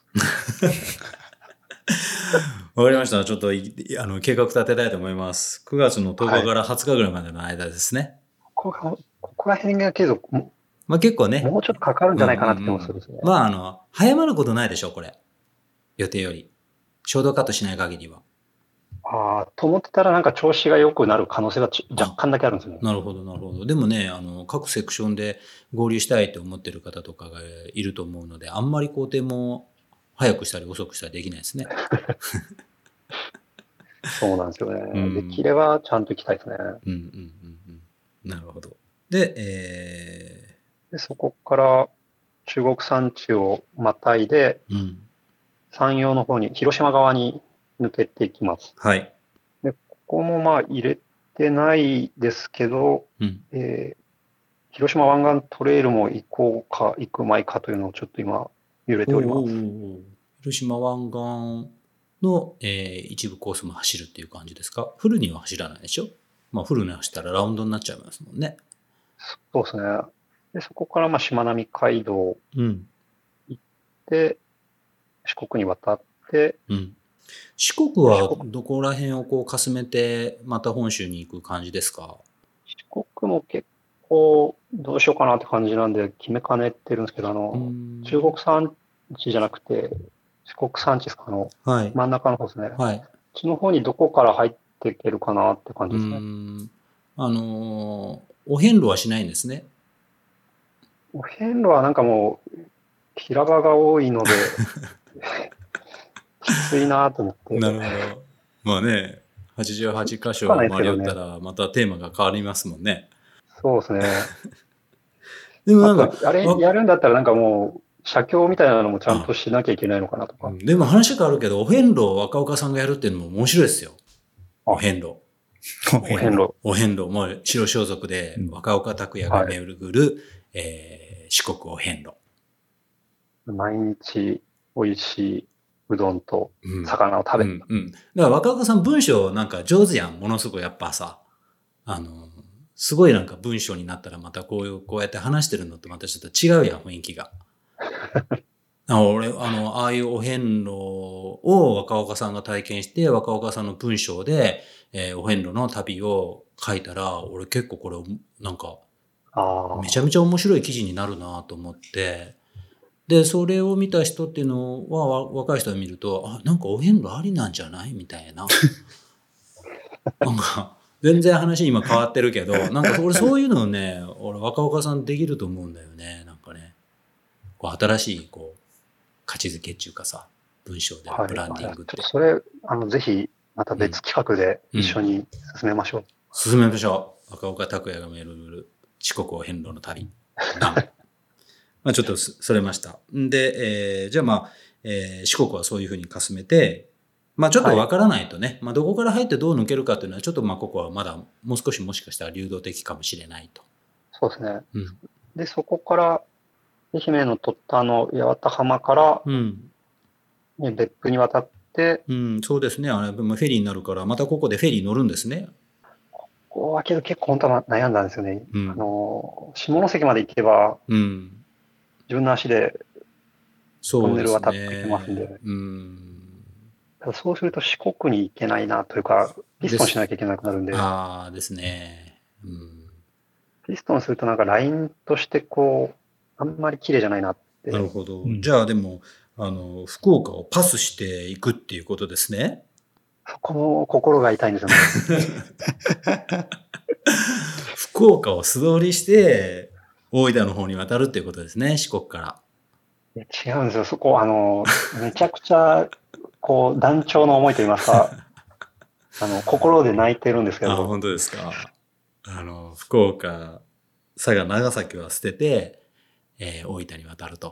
わかりました。ちょっと、計画立てたいと思います。9月の10日から20日ぐらいまでの間ですね。 ここら辺がけど、 結構ね。 もうちょっとかかるんじゃないかなって気もするんですね。 早まることないでしょ、これ。予定より。ショートカットしない限りは。 と思ってたらなんか調子が良くなる可能性が若干だけあるんですよね。 なるほど。でもね、各セクションで合流したいと思ってる方とかがいると思うので、あんまり工程も早くしたり遅くしたりできないですね。 そうなんですよね。できればちゃんと行きたいですね。 なるほど。で、 でそこから中国山地をまたいで、山陽の方に、広島側に抜けていきます。 はい。 で、ここも入れてないですけど、広島湾岸トレイルも行こうか行く前かというのをちょっと今揺れております。 広島湾岸の、一部コースも走るっていう感じですか？フルには走らないでしょ？フルに走ったらラウンドになっちゃいますもんね。 そうですね。で、そこからしまなみ海道行って、四国に渡って、 四国はどこら辺をこうかすめてまた本州に行く感じですか？ 四国も結構どうしようかなって感じなんで決めかねてるんですけど、中国山地じゃなくて四国山地ですか、 はい、 真ん中の方ですね。 はい。 こっちの方にどこから入っていけるかなって感じですね。 お遍路はしないんですね。 お遍路はなんかもう平場が多いのできついなと思って。 なるほど。まあね、88箇所回り寄ったらまたテーマが変わりますもんね。 そうですね。でもなんかあれやるんだったらなんかもう写経みたいなのもちゃんとしなきゃいけないのかなとか。 でも話変わるけど、お遍路を若岡さんがやるっていうのも面白いですよ。お遍路。お遍路。もう白装束で若岡拓也が巡る、四国お遍路。 毎日美味しいうどんと魚を食べる。 だから若岡さん文章なんか上手やん。ものすごいやっぱさ、すごいなんか文章になったらまたこうやって話してるのとまたちょっと違うやん、雰囲気が。俺、ああいうお遍路を若岡さんが体験して、若岡さんの文章で、お遍路の旅を書いたら、俺結構これ、なんか、めちゃめちゃ面白い記事になるなと思って、で、それを見た人っていうのは、若い人が見ると、なんかお遍路ありなんじゃないみたいな。なんか、全然話今変わってるけど、なんか俺そういうのをね、俺若岡さんできると思うんだよね。なんかね、こう新しい、こう、価値づけっていうかさ、文章でブランディングって。 それ、ぜひ、また別企画で一緒に進めましょう。 進めましょう。若岡拓也が巡る四国お遍路の旅。まあちょっとそれました。で、じゃあまあ、四国はそういうふうにかすめて、まあちょっとわからないとね、まあどこから入ってどう抜けるかっていうのはちょっとまあここはまだもう少しもしかしたら流動的かもしれないと。 そうですね。で、そこから愛媛の取った八幡浜から、別府に渡って、 そうですね。あれ、フェリーになるから、またここでフェリー乗るんですね。 ここはけど結構本当は悩んだんですよね。下関まで行けば、自分の足でトンネル渡ってきますんで。ただそうすると四国に行けないなというか、ピストンしなきゃいけなくなるんで。 ですね。 ピストンするとなんかラインとしてこう、あんまり綺麗じゃないなって。 なるほど。じゃあでも、福岡をパスしていくっていうことですね。 そこも心が痛いんですよね。 福岡を素通りして、大分の方に渡るっていうことですね、四国から。 いや違うんですよ。そこ、めちゃくちゃ、こう、断腸の思いと言いますか、心で泣いてるんですけど。 本当ですか。福岡、佐賀、長崎は捨てて、大分に渡ると。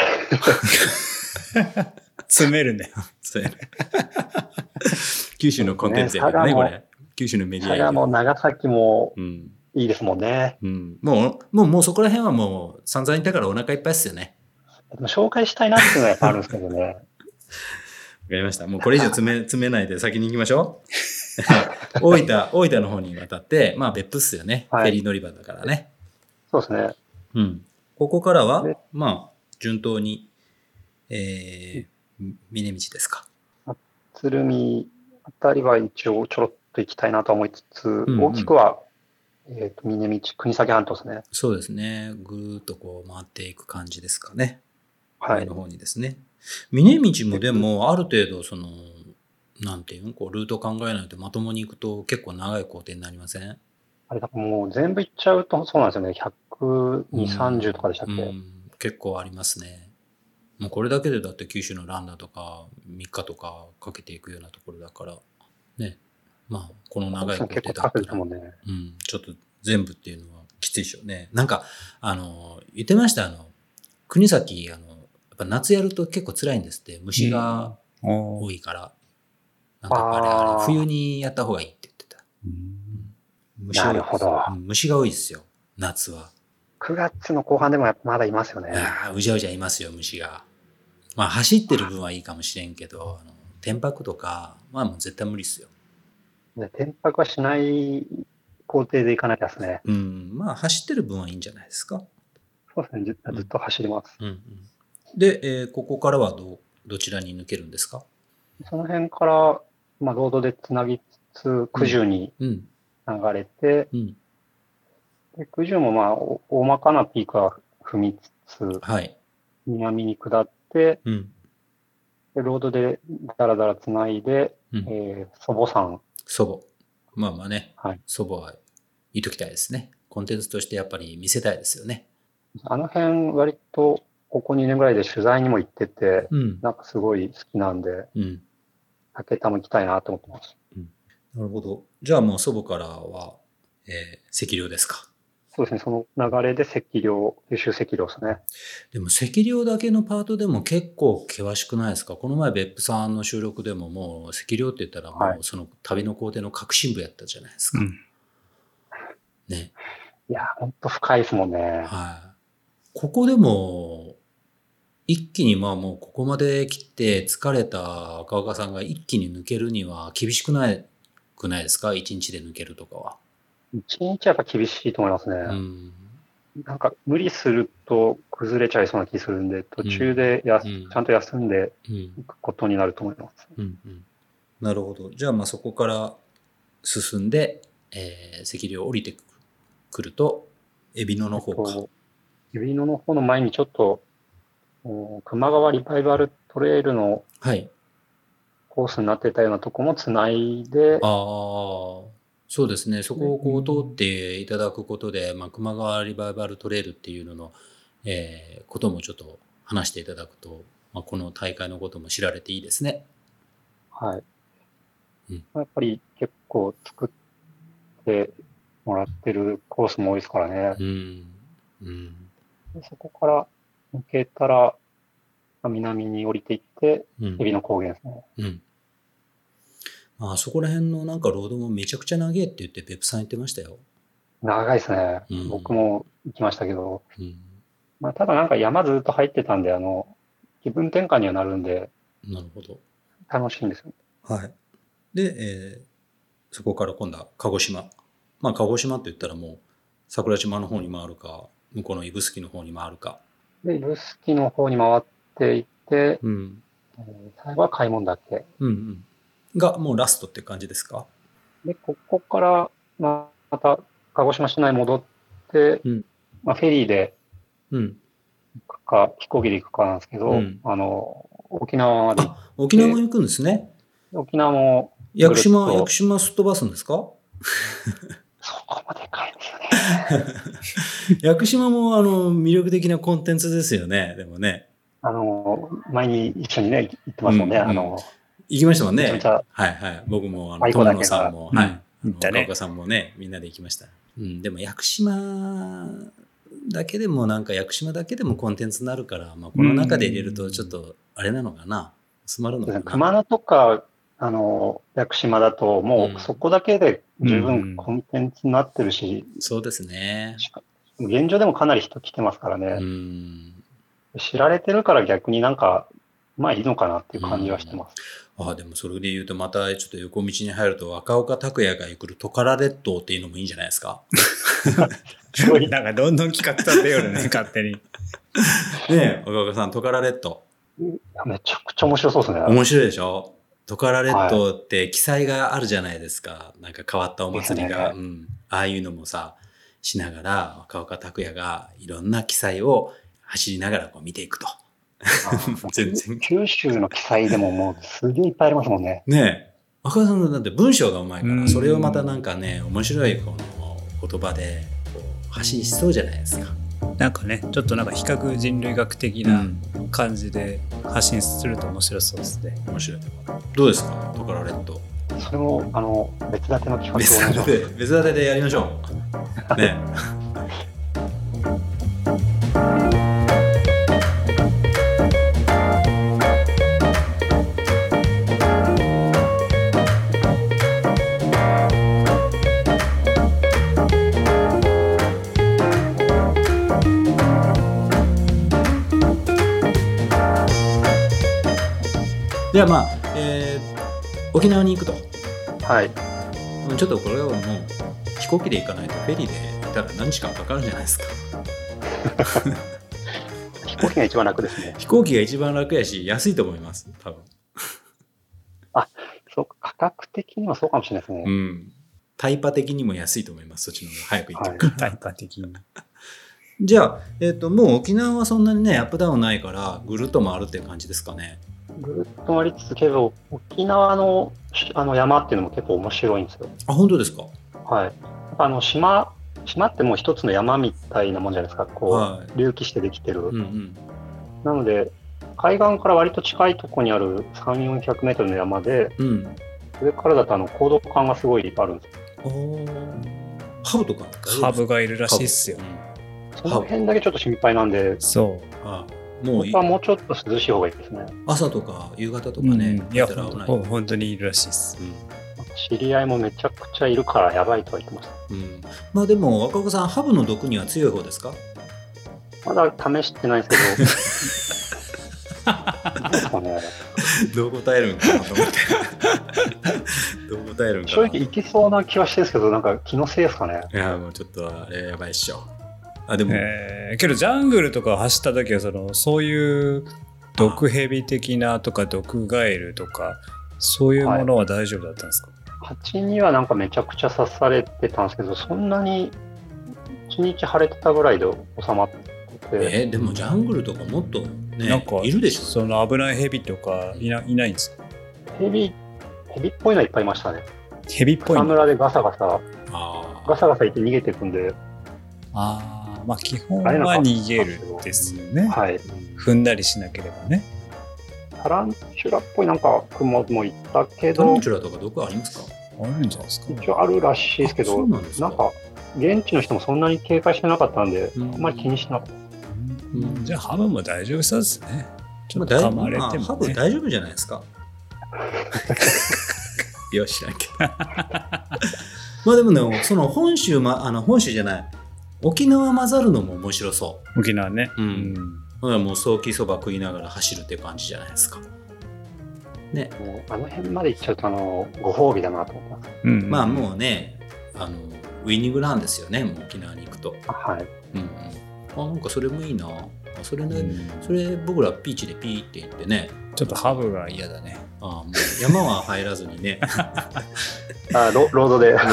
詰めるね。 九州のコンテンツやからね、これ。九州のメディア。 佐賀も長崎もいいですもんね。 もうそこら辺はもう散々いたからお腹いっぱいですよね。 でも紹介したいなっていうのはやっぱあるんですけどね。わかりました。もうこれ以上詰めないで先に行きましょう。大分の方に渡って、まあ別府っすよね。フェリー乗り場だからね。 そうですね。 ここからは、まあ、順当に、峰道ですか。 鶴見あたりは一応ちょろっと行きたいなと思いつつ、大きくは、峰道、国東半島ですね。 そうですね。ぐーっとこう回っていく感じですかね。上の方にですね。峰道もでも、ある程度、なんていうの、こう、ルート考えないとまともに行くと結構長い工程になりません？ あれだからもう全部行っちゃうとそうなんですよね。120、30とかでしたっけ？ 結構ありますね。もうこれだけでだって九州のランナーとか3日とかかけていくようなところだから、ね。まあ、この長い工程だったら、ちょっと全部っていうのはきついでしょうね。なんか、言ってました、国崎、やっぱ夏やると結構辛いんですって。虫が多いから。なんかやっぱりあれ、冬にやった方がいいって言ってた。 なるほど。 虫が多いですよ、夏は。 9月の後半でもまだいますよね。 うじゃうじゃいますよ、虫が。まあ、走ってる分はいいかもしれんけど、転泊とか、まあもう絶対無理っすよ。 転泊はしない工程で行かなきゃですね。 まあ走ってる分はいいんじゃないですか。 そうですね、ずっと走ります。 で、ここからはどちらに抜けるんですか？ その辺から、ロードでつなぎつつ、九十に流れて、で九十も大まかなピークは踏みつつ、南に下って、でロードでだらだらつないで、祖母山。 祖母。ね。祖母はいいときたいですね。コンテンツとしてやっぱり見せたいですよね。 あの辺割とここ2年ぐらいで取材にも行ってて、なんかすごい好きなんで、竹田も行きたいなと思ってます。 なるほど。じゃあもう祖母からは、赤稜ですか。 そうですね。その流れで九州赤稜ですね。 でも赤稜だけのパートでも結構険しくないですか。この前別府さんの収録でももう赤稜って言ったらもうその旅の工程の核心部やったじゃないですか。ね。 いや、ほんと深いですもんね。 ここでも、一気にもうここまで来て疲れた赤岡さんが一気に抜けるには厳しくないですか？一日で抜けるとかは。 一日はやっぱ厳しいと思いますね。なんか無理すると崩れちゃいそうな気するんで、途中でちゃんと休んでいくことになると思います。 なるほど。じゃあそこから進んで、赤稜降りてくると、海老野の方か。 海老野の方の前にちょっと、球磨川リバイバルトレイルのコースになってたようなとこもつないで、 そうですね。そこを通っていただくことで、球磨川リバイバルトレイルっていうのの、こともちょっと話していただくと、この大会のことも知られていいですね。 やっぱり結構作ってもらってるコースも多いですからね。でそこから抜けたら、南に降りていって、海老野高原ですね。 そこら辺のなんかロードもめちゃくちゃ長いって言って別府さん言ってましたよ。 長いですね。僕も行きましたけど。ただなんか山ずっと入ってたんで、気分転換にはなるんで。 なるほど。 楽しいんですよ。 で、そこから今度は鹿児島。鹿児島って言ったらもう桜島の方に回るか、向こうの指宿の方に回るか。 で、指宿の方に回っていって、最後は開門岳。 がもうラストって感じですか？ で、ここからまた鹿児島市内戻って、フェリーで行くか、飛行機で行くかなんですけど、沖縄まで行って。 沖縄も行くんですね。 沖縄も。 屋久島すっ飛ばすんですか？ そこまでかいんですよね。 屋久島も魅力的なコンテンツですよね、でもね。 前に一緒にね、行ってますもんね。 行きましたもんね。僕も、友野さんも、岡岡さんもね、みんなで行きました。でも、屋久島だけでも、屋久島だけでもコンテンツになるから、この中で入れると、ちょっと、あれなのかな、詰まるのかな。 熊野とか、屋久島だと、もうそこだけで十分コンテンツになってるし、 そうですね。 現状でもかなり人来てますからね。知られてるから逆にいいのかなっていう感じはしてます。 でもそれで言うとまたちょっと横道に入ると若岡拓也が行くトカラ列島っていうのもいいんじゃないですか。 なんかどんどん企画立てよるね、勝手に。 ねえ、若岡さん、トカラ列島。 めちゃくちゃ面白そうですね。 面白いでしょ？トカラ列島って記載があるじゃないですか。なんか変わったお祭りが。ああいうのもさ、しながら若岡拓也がいろんな記載を走りながら見ていくと。 全然九州の記載でももうすげえいっぱいありますもんね。 ねえ。若さんのだって文章がうまいから、それをまたなんかね、面白いこの言葉で発信しそうじゃないですか。 なんかね、ちょっとなんか比較人類学的な感じで発信すると面白そうですね。 面白い。どうですか、トカラレッド。 それも別立ての企画を別立てでやりましょう。ね。では沖縄に行くと。 はい。 ちょっとこれはもう飛行機で行かないとフェリーで行ったら何時間かかるんじゃないですか。 飛行機が一番楽ですね。 飛行機が一番楽やし安いと思います、多分。 そう、価格的にはそうかもしれないですね。 うん。タイパ的にも安いと思います。そっちの方が早く行ってくる。 タイパ的に。 じゃあ、もう沖縄はそんなにね、アップダウンないから、ぐるっと回るっていう感じですかね。 ぐるっと回りつつけど、沖縄の山っていうのも結構面白いんですよ。 あ、本当ですか？ はい。島ってもう一つの山みたいなもんじゃないですか。こう、はい、隆起してできてる。うんうん、なので、海岸から割と近いところにある3、400メートルの山で、うん、上からだと高度感がすごいあるんです。 ハブとか？ ハブがいるらしいっすよ。 その辺だけちょっと心配なんで、 そう。 もうちょっと涼しい方がいいですね。 朝とか夕方とかね、 いや、本当にいるらしいです。 知り合いもめちゃくちゃいるからやばいとは言ってました。 まあでも若岡さん、ハブの毒には強い方ですか？ まだ試してないですけど。どうですかね。 どう答えるんかなと思って。どう答えるんかな。 正直いけそうな気はしてるんですけど、なんか気のせいですかね。 いや、もうちょっとあれやばいっしょ。でも、 けどジャングルとか走った時はそういう毒蛇的なとか毒ガエルとかそういうものは大丈夫だったんですか？ 蜂にはなんかめちゃくちゃ刺されてたんですけど、そんなに1日腫れてたぐらいで収まってて。 でもジャングルとかもっとね、 なんかいるでしょ。 その危ない蛇とかいないんですか？ 蛇っぽいのはいっぱいいましたね。 蛇っぽい草むらでガサガサいて逃げていくんで。 まあ基本は逃げるですよね。 はい。 踏んだりしなければね。 タランチュラっぽいなんか雲もいたけど。 タランチュラとか毒ありますか？ あるんじゃないですか。 一応あるらしいですけど、なんか現地の人もそんなに警戒してなかったんで、あんまり気にしなかった。 じゃあハブも大丈夫そうですね。ちょっと噛まれてもね。 ハブ大丈夫じゃないですか。よし、知らんけど。まあでもね、その本州じゃない。沖縄混ざるのも面白そう。 沖縄ね。 もうソーキそば食いながら走るっていう感じじゃないですか。ね。 もうあの辺まで行っちゃうとご褒美だなと思ってます。 まあもうね、ウィニングランですよね。もう沖縄に行くと。 はい。 なんかそれもいいな。それ僕らピーチでピーって言ってね。 ちょっとハブが嫌だね。 もう山は入らずにね。 ロードで。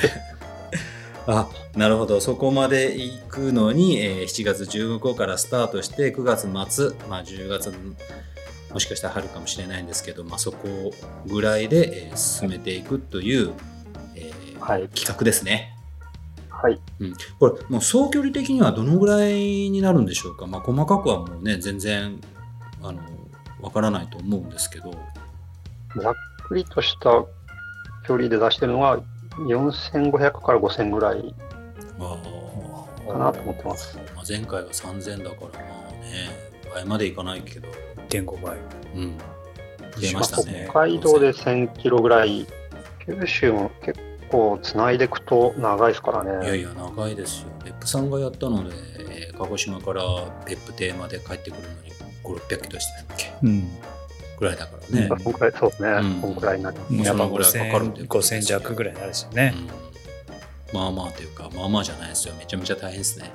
なるほど。そこまで行くのに、7月15日からスタートして9月末、10月もしかしたら春かもしれないんですけど、そこぐらいで、進めていくという、企画ですね。 はい。 これもう総距離的にはどのぐらいになるんでしょうか。細かくはもうね全然わからないと思うんですけど。 ざっくりとした距離で出してるのは4500から5000ぐらいかなと思ってます。 前回は3000だから倍までいかないけど 1.5 倍。 増えましたね。 北海道で1000キロぐらい、九州も結構つないでいくと長いですからね。 いやいや長いですよ。別府さんがやったので、鹿児島から別府邸まで帰ってくるのに500-600キロしてたっけ、ぐらいだからね。 そんくらい、そうですね。そんくらいになります。 やっぱ5000弱ぐらいになるしね。 まあまあというか、まあまあじゃないですよ。めちゃめちゃ大変ですね。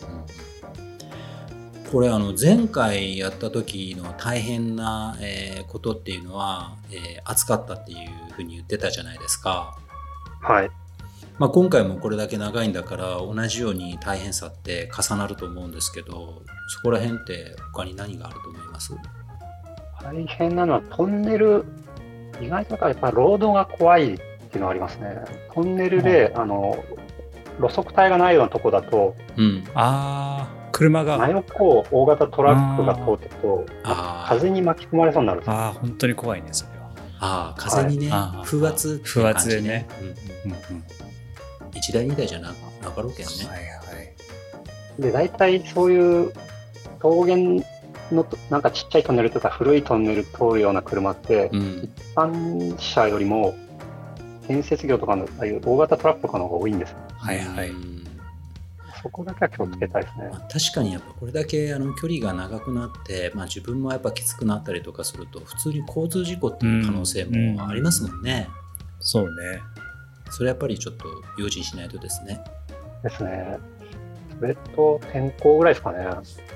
これ前回やった時の大変なことっていうのは、暑かったっていうふうに言ってたじゃないですか。 はい。 今回もこれだけ長いんだから同じように大変さって重なると思うんですけど、そこら辺って他に何があると思います？ 大変なのはトンネル、意外とやっぱりロードが怖いっていうのがありますね。トンネルで、路側帯がないようなとこだと、 車が真横を大型トラックが通ってると風に巻き込まれそうになるんですよ。 本当に怖いねそれは。 風にね、風圧って感じね。1台2台じゃなかろうけどね。 で大体そういう峠のなんかちっちゃいトンネルとか古いトンネル通るような車って、一般車よりも建設業とかのああいう大型トラックとかの方が多いんですよ。そこだけは気をつけたいですね。 確かにやっぱこれだけ距離が長くなって、自分もやっぱきつくなったりとかすると普通に交通事故っていう可能性もありますもんね。 そうね。 それやっぱりちょっと用心しないとですね。 ですね。それと天候ぐらいですかね。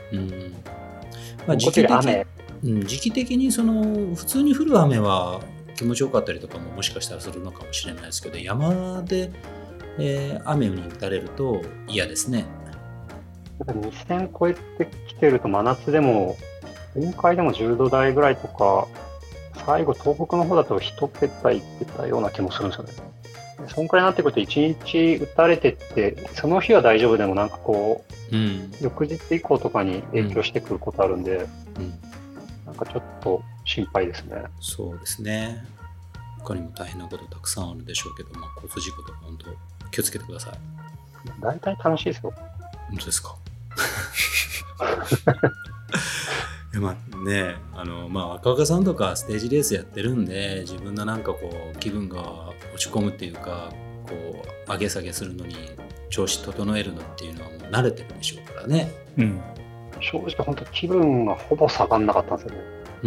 時期的に普通に降る雨は気持ちよかったりとかももしかしたらするのかもしれないですけど、山で、雨に打たれると嫌ですね。 2000超えてきてると真夏でも雲海でも10度台ぐらいとか、最後東北の方だと1桁いってたような気もするんですよね。そんくらいになってくると1日打たれてって、その日は大丈夫でもなんかこう、翌日以降とかに影響してくることあるんで、なんかちょっと心配ですね。 そうですね。他にも大変なことたくさんあるでしょうけど、交通事故とか本当気をつけてください。 大体楽しいですよ。 本当ですか。ね、若岡さんとかステージレースやってるんで、自分のなんかこう気分が落ち込むっていうか、こう上げ下げするのに調子整えるのっていうのはもう慣れてるでしょうからね。 正直本当気分がほぼ下がんなかったんですよね。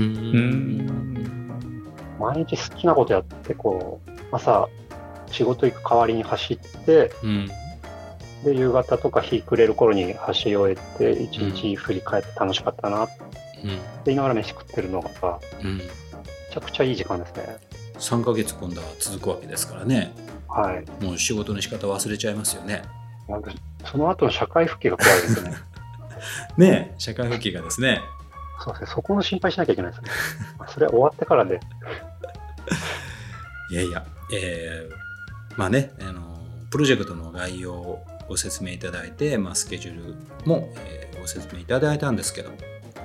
毎日好きなことやって、こう朝仕事行く代わりに走って、で夕方とか日暮れる頃に走り終えて一日振り返って楽しかったなって言いながら飯食ってるのがめちゃくちゃいい時間ですね。 3ヶ月今度は続くわけですからね。 はい。 もう仕事の仕方忘れちゃいますよね。 その後の社会復帰が怖いですね。 ね、社会復帰がですね。 そうですね。そこの心配しなきゃいけないですね。それは終わってからで。 いや、プロジェクトの概要をご説明いただいて、スケジュールも、ご説明いただいたんですけど、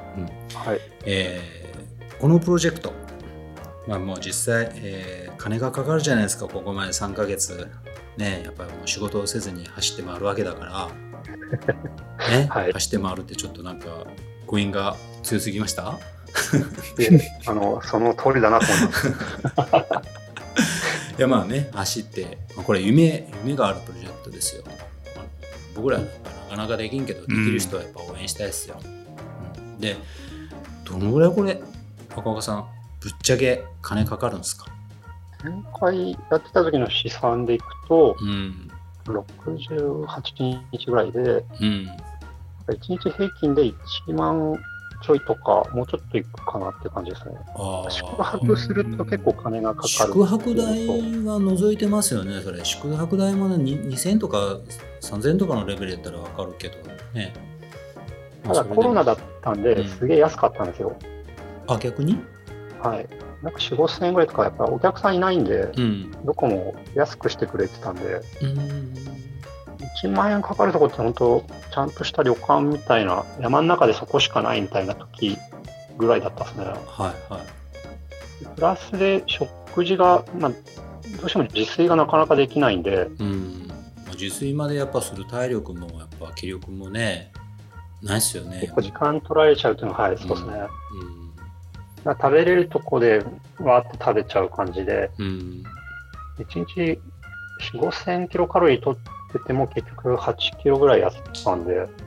このプロジェクト、もう実際、金がかかるじゃないですか。ここまで3ヶ月ね、やっぱりもう仕事をせずに走って回るわけだからね、走って回るってちょっとなんか誤飲が強すぎました？ その通りだなと思います。 いや走って、これ夢があるプロジェクトですよ。僕らはなかなかできんけど、できる人はやっぱ応援したいですよ。で、どのぐらいこれ若岡さんぶっちゃけ金かかるんですか？ 前回やってた時の試算でいくと、68日ぐらいで、1日平均で1万ちょいとかもうちょっといくかなって感じですね。宿泊すると結構金がかかる。 宿泊代は除いてますよね。それ宿泊代も2000とか3000とかのレベルやったら分かるけどね。 ただコロナだったんですげえ安かったんですよ。 逆に？ はい。なんか4、5000円ぐらいとかやっぱお客さんいないんで、どこも安くしてくれてたんで、1万円かかるとこって本当ちゃんとした旅館みたいな、山の中でそこしかないみたいな時ぐらいだったですね。プラスで食事が、どうしても自炊がなかなかできないんで、 自炊までやっぱする体力もやっぱ気力もねないっすよね。 結構時間取られちゃうっていうのは、そうですね。食べれるとこでわーっと食べちゃう感じで、1日4、5000キロカロリー取ってても結局8キロぐらい痩せたんで。 で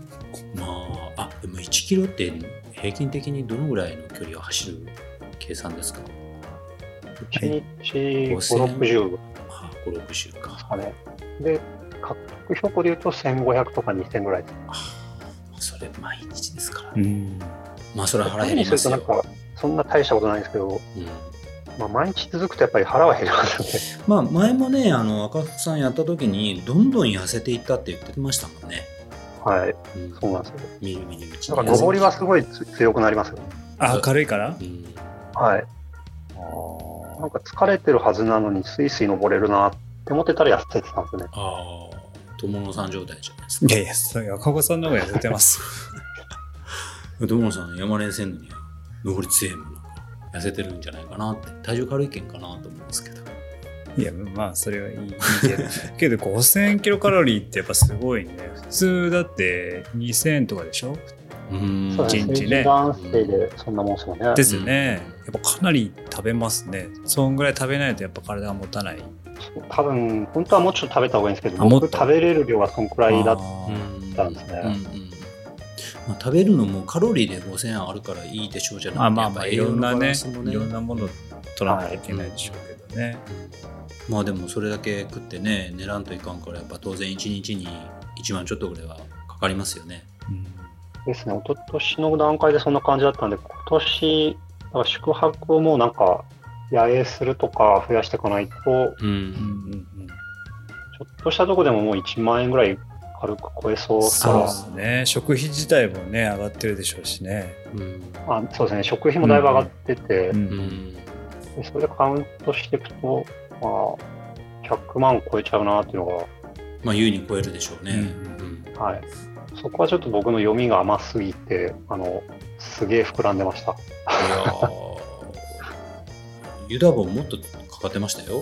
も1キロって平均的にどのぐらいの距離を走る計算ですか ？1日5、60。 5、60か。 ですかね。で、獲得標高でいうと1500とか2000ぐらいです。 それ毎日ですからね。それは腹減りますよ。 なんかそんな大したことないんですけど、毎日続くとやっぱり腹は減りますよね。 前もね、赤福さんやった時にどんどん痩せていったって言ってましたもんね。 はい、そうなんですよ。 見るうちに。だから上りはすごい強くなりますよ。 軽いから？ はい。なんか疲れてるはずなのにスイスイ登れるなって思ってたら痩せてたんですね。 友野さん状態じゃないですか。 いや、それ赤子さんの方が痩せてます。 友野さん山連戦のには登り強いもの痩せてるんじゃないかなって、体重軽いけんかなと思うんですけど。 いやそれはいいけど5000キロカロリーってやっぱすごいね。普通だって2000とかでしょ。 1日ね。男性でそんなもんですよね。 ですよね。やっぱかなり食べますね。そんぐらい食べないとやっぱ体が持たない。 多分本当はもうちょっと食べた方がいいんですけど、僕食べれる量はそんくらいだったんですね。 食べるのもカロリーで5000あるからいいでしょうじゃなくて、 いろんなね、いろんなものを取らなきゃいけないでしょうけどね。 でもそれだけ食ってね、寝らんといかんからやっぱ当然1日に1万ちょっとぐらいはかかりますよね。 ですね。一昨年の段階でそんな感じだったんで、今年宿泊をもうなんか野営するとか増やしていかないと、ちょっとしたとこでももう1万円ぐらい軽く超えそうから。 そうですね。食費自体もね、上がってるでしょうしね。 そうですね。食費もだいぶ上がってて、でそれでカウントしていくと、100万超えちゃうなっていうのが。優に超えるでしょうね。 はい。そこはちょっと僕の読みが甘すぎて、すげえ膨らんでました。いやユダボンもっとかかってましたよ。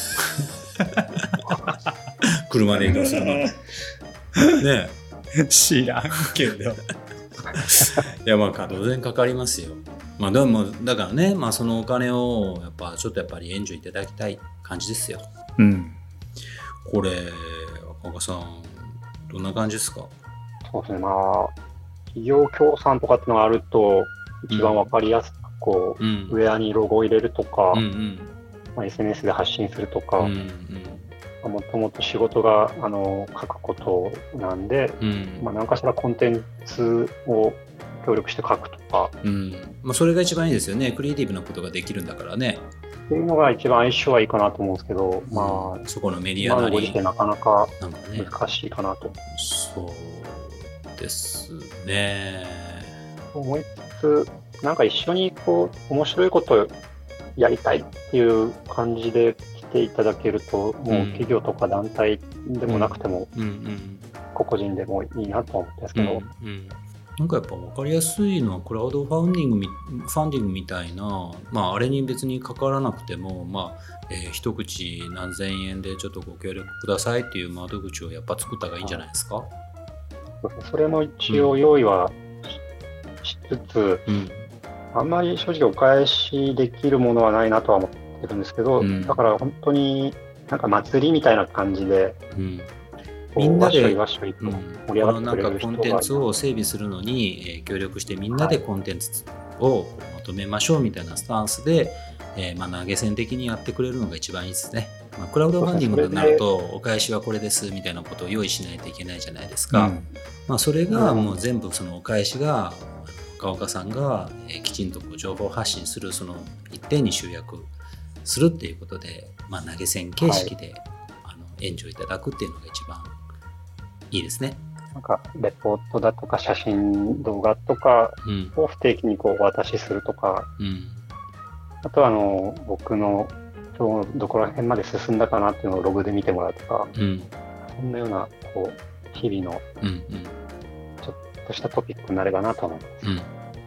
車で移動するのに。ねえ。知らんけど。 いや、当然かかりますよ。でも、だからね、そのお金を、ちょっとエンジョイいただきたい感じですよ。これ、若岡さん、どんな感じですか？ そうですね、企業協賛とかっていうのがあると、一番わかりやすく、ウェアにロゴを入れるとか、SNS で発信するとか、もともと仕事が書くことなんで、何かしらコンテンツを協力して書くとか。 それが一番いいですよね。クリエイティブなことができるんだからね。 っていうのが一番相性はいいかなと思うんですけど、 そこのメディアなり今のご時世なかなか難しいかなと。 そうですね。 思いつつ、一緒に面白いことをやりたいっていう感じで来ていただけると、もう企業とか団体でもなくても、個々人でもいいなと思ってるんですけど、 分かりやすいのはクラウドファンディングみたいな、あれに別にかからなくても、一口何千円でちょっとご協力くださいっていう窓口を作った方がいいんじゃないですか？ それも一応用意はしつつ、あんまり正直お返しできるものはないなとは思ってるんですけど、だから本当に祭りみたいな感じで、 みんなで盛り上がってくれる人がコンテンツを整備するのに協力してみんなでコンテンツをまとめましょうみたいなスタンスで、投げ銭的にやってくれるのが一番いいですね。クラウドファンディングになるとお返しはこれですみたいなことを用意しないといけないじゃないですか。それがもう全部そのお返しが若岡さんがきちんと情報発信するその一点に集約するっていうことで、投げ銭形式で援助いただくっていうのが一番いいですね。 レポートだとか写真動画とかを不定期にお渡しするとか、あとは僕の今日どこら辺まで進んだかなっていうのをログで見てもらうとか、そんなような日々のちょっとしたトピックになればなと思います。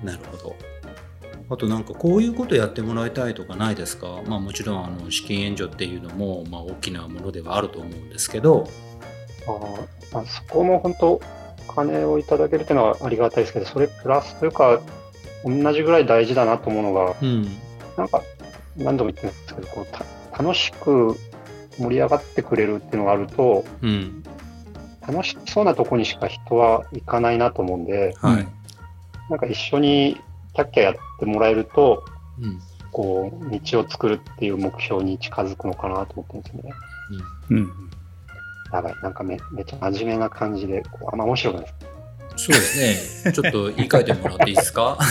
なるほど。あとこういうことやってもらいたいとかないですか？もちろん資金援助っていうのも大きなものではあると思うんですけど、 そこも本当金をいただけるというのはありがたいですけど、それプラスというか同じぐらい大事だなと思うのが、何度も言ってるんですけど、楽しく盛り上がってくれるっていうのがあると、楽しそうなとこにしか人は行かないなと思うんで、一緒にキャッキャやってもらえると、道を作るっていう目標に近づくのかなと思ってるんですよね。やばい、めっちゃ真面目な感じで、あんま面白くないです。 そうですね。ちょっと言い換えてもらっていいですか？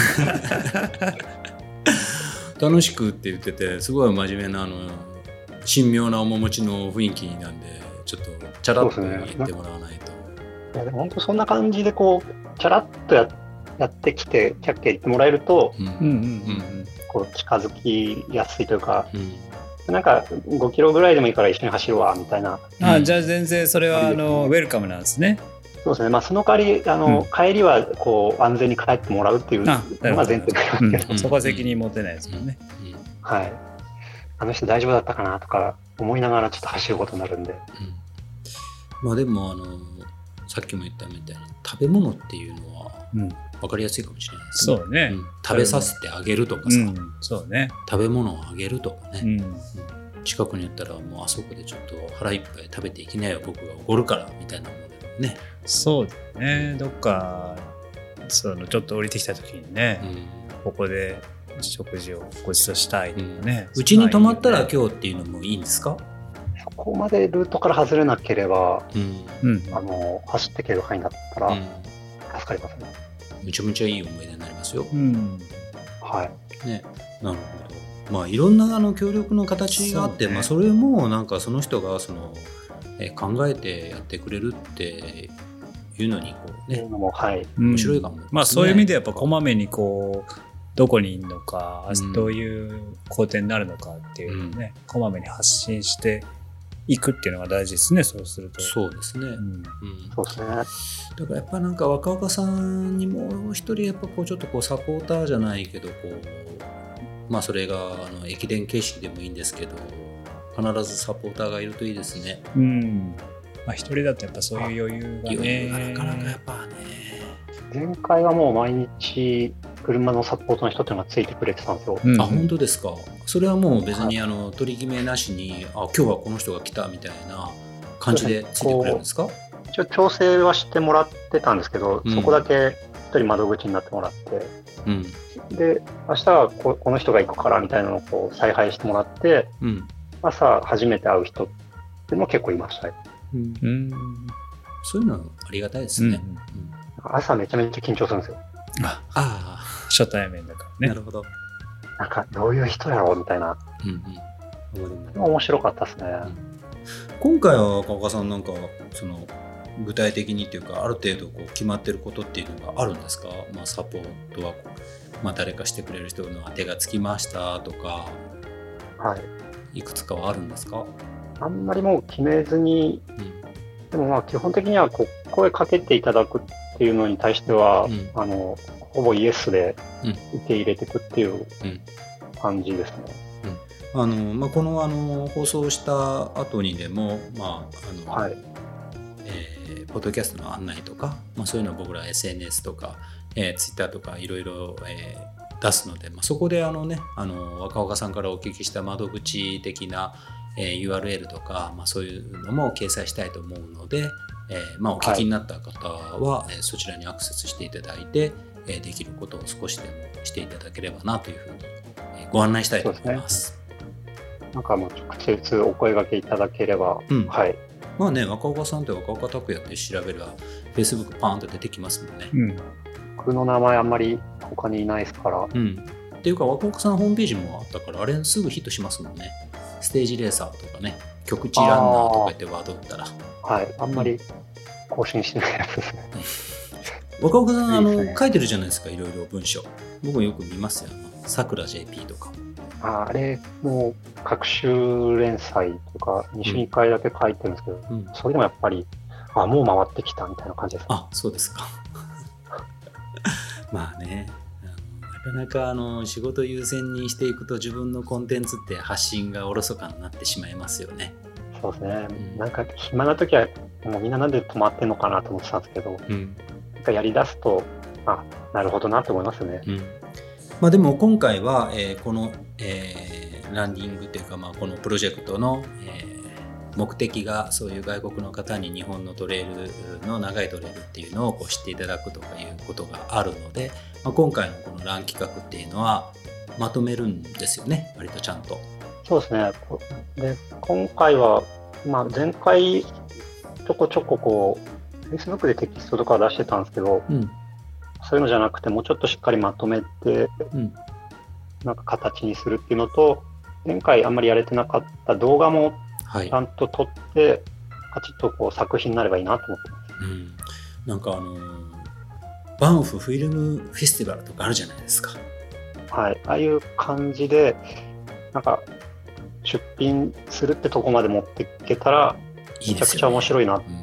楽しくって言ってて、すごい真面目な神妙な面持ちの雰囲気なんで、ちょっとチャラッと言ってもらわないと。 いやでも本当そんな感じでチャラッとやってきてキャッキャ言ってもらえると、近づきやすいというか、5キロぐらいでもいいから一緒に走るわみたいな。 じゃあ全然それはウェルカムなんですね。 そうですね。その代わり帰りは安全に帰ってもらうっていうのが前提なんですけど、 そこは責任持てないですもんね。 はい。あの人大丈夫だったかなとか思いながらちょっと走ることになるんで。 でもさっきも言ったみたいに食べ物っていうのは分かりやすいかもしれないですね。 そうね。 食べさせてあげるとかさ、 そうね。 食べ物をあげるとかね。近くに行ったらもうあそこでちょっと腹いっぱい食べていきなよ僕がおごるからみたいなものでもね。 そうだね。どっかちょっと降りてきた時にね、ここで食事をご馳走したいとかね。 うちに泊まったら今日っていうのもいいんですか？ そこまでルートから外れなければ、走っていける範囲だったら助かりますね。 めちゃめちゃいい思い出になりますよ。 はい。 ね、なるほど。 まあいろんな協力の形があって、それもなんかその人が考えてやってくれるっていうのにこうね、面白いかも、 まあそういう意味でやっぱこまめにこうどこにいるのか、どういう工程になるのかっていうのをね、こまめに発信していくっていうのが大事ですね。そうすると。 そうですね。 そうですね。だからやっぱなんか若岡さんにもう一人やっぱこうちょっとこうサポーターじゃないけどこう、まあそれが駅伝形式でもいいんですけど、必ずサポーターがいるといいですね。 まあ一人だとやっぱそういう余裕がね、 なかなかやっぱね。 前回はもう毎日車のサポートの人っていうのがついてくれてたんですよ。 あ、本当ですか。それはもう別に取り決めなしに、今日はこの人が来たみたいな感じでついてくれるんですか？ 一応調整はしてもらってたんですけど、そこだけ一人窓口になってもらって、で明日はこの人が行くからみたいなのをこう采配してもらって、朝初めて会う人っていうのも結構いましたよ。 そういうのはありがたいですね。 朝めちゃめちゃ緊張するんですよ。 初対面だからね。 なるほど。 なんかどういう人やろうみたいな。面白かったですね。 今回は若岡さんなんか具体的にっていうかある程度こう決まってることっていうのがあるんですか？まあ、サポートは誰かしてくれる人の当てがつきましたとか、いくつかはあるんですか？ あんまりもう決めずに、でもまあ基本的にはこう声かけていただくっていうのに対しては、ほぼイエスで受け入れていくっていう感じですね。 この放送した後にでも、ポッドキャストの案内とか、そういうのを僕ら SNS とか、Twitter とかいろいろ出すので、そこで若岡さんからお聞きした窓口的なURL とか、そういうのも掲載したいと思うので、お聞きになった方は、そちらにアクセスしていただいて、できることを少しでもしていただければなというふうにご案内したいと思います。 なんか直接お声掛けいただければ、 まあね、若岡さんって若岡拓也って調べれば Facebook パーンと出てきますもんね。 僕の名前あんまり他にいないですから。 っていうか若岡さんホームページもあったから、あれすぐヒットしますもんね。ステージレーサーとかね、局地ランナーとか言ってワード打ったら。 あんまり更新してないやつですね。 若岡さん書いてるじゃないですか、いろいろ文章。僕もよく見ますよ。さくら JP とか。 あれもう各週連載とか2週に1回だけ書いてるんですけど、それでもやっぱりもう回ってきたみたいな感じです。 そうですか。まあね、なかなか仕事優先にしていくと自分のコンテンツって発信がおろそかになってしまいますよね。 そうですね。なんか暇な時はもうみんななんで止まってんのかなと思ってたんですけど、なんかやり出すとなるほどなと思いますね。 でも今回は、この、ランディングというか、このプロジェクトの、目的がそういう外国の方に日本のトレイルの長いトレイルっていうのを知っていただくとかいうことがあるので、今回のこのラン企画っていうのはまとめるんですよね、割とちゃんと。 そうですね。で今回は、前回ちょこちょこFacebook でテキストとか出してたんですけど、そういうのじゃなくてもうちょっとしっかりまとめて、なんか形にするっていうのと、前回あんまりやれてなかった動画もちゃんと撮って、カチッと作品になればいいなと思ってます。 なんかバンフフィルムフェスティバルとかあるじゃないですか。 ああいう感じでなんか出品するってとこまで持っていけたらめちゃくちゃ面白いなって。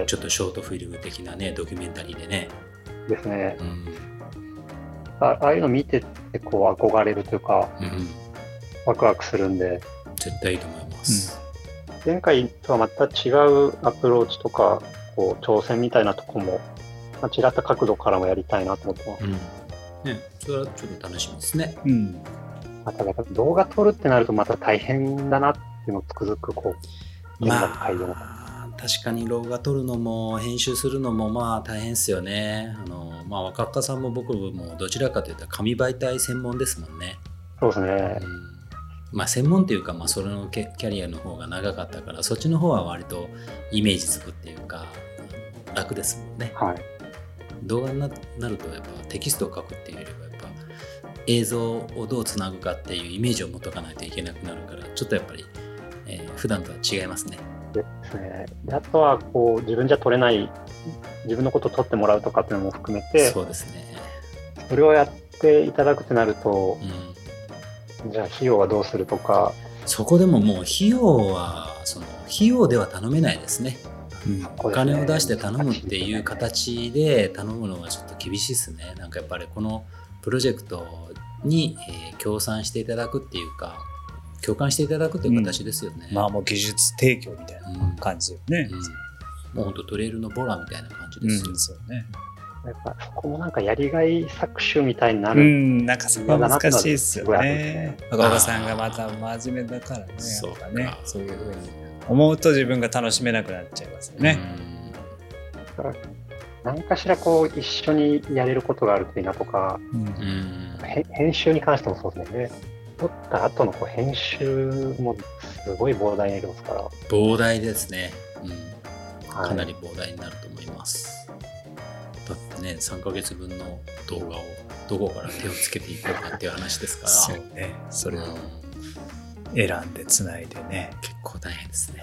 ちょっとショートフィルム的なね、ドキュメンタリーでね。 ですね。ああいうの見てて憧れるというか、ワクワクするんで。 絶対いいと思います。 前回とはまた違うアプローチとか挑戦みたいなとこも、違った角度からもやりたいなと思ってます。 それはちょっと楽しみですね。 ただ動画撮るってなるとまた大変だなっていうのをつくづく現場の会でも。 確かに動画撮るのも編集するのも大変ですよね。若岡さんも僕もどちらかというと紙媒体専門ですもんね。 そうですね。 専門っていうか、それのキャリアの方が長かったから、そっちの方は割とイメージつくっていうか楽ですもんね。動画になるとやっぱテキストを書くっていうよりはやっぱ映像をどうつなぐかっていうイメージを持っとかないといけなくなるから、ちょっとやっぱり、普段とは違いますね。 ですね。あとはこう自分じゃ撮れない自分のことを撮ってもらうとかっていうのも含めて、 そうですね。 それをやっていただくとなると、じゃあ費用はどうするとか。 そこでももう費用はその費用では頼めないですね。お金を出して頼むっていう形で頼むのはちょっと厳しいですね。なんかやっぱりこのプロジェクトに、協賛していただくっていうか、共感していただくという形ですよね。 まあもう技術提供みたいな感じよね。 もう本当トレイルのボラみたいな感じですよ。 ね。 やっぱそこもなんかやりがい搾取みたいになる。 なんかそこは難しいですよね。若岡さんがまた真面目だからね。そうかね。そういうふうに思うと自分が楽しめなくなっちゃいますよね。 何かしらこう一緒にやれることがあるといいなとか、編集に関してもそうですね。撮った後のこう編集もすごい膨大になりますから。 膨大ですね。かなり膨大になると思います。だってね、3ヶ月分の動画をどこから手をつけていこうかっていう話ですから。 そうね。それを選んでつないでね。 結構大変ですね。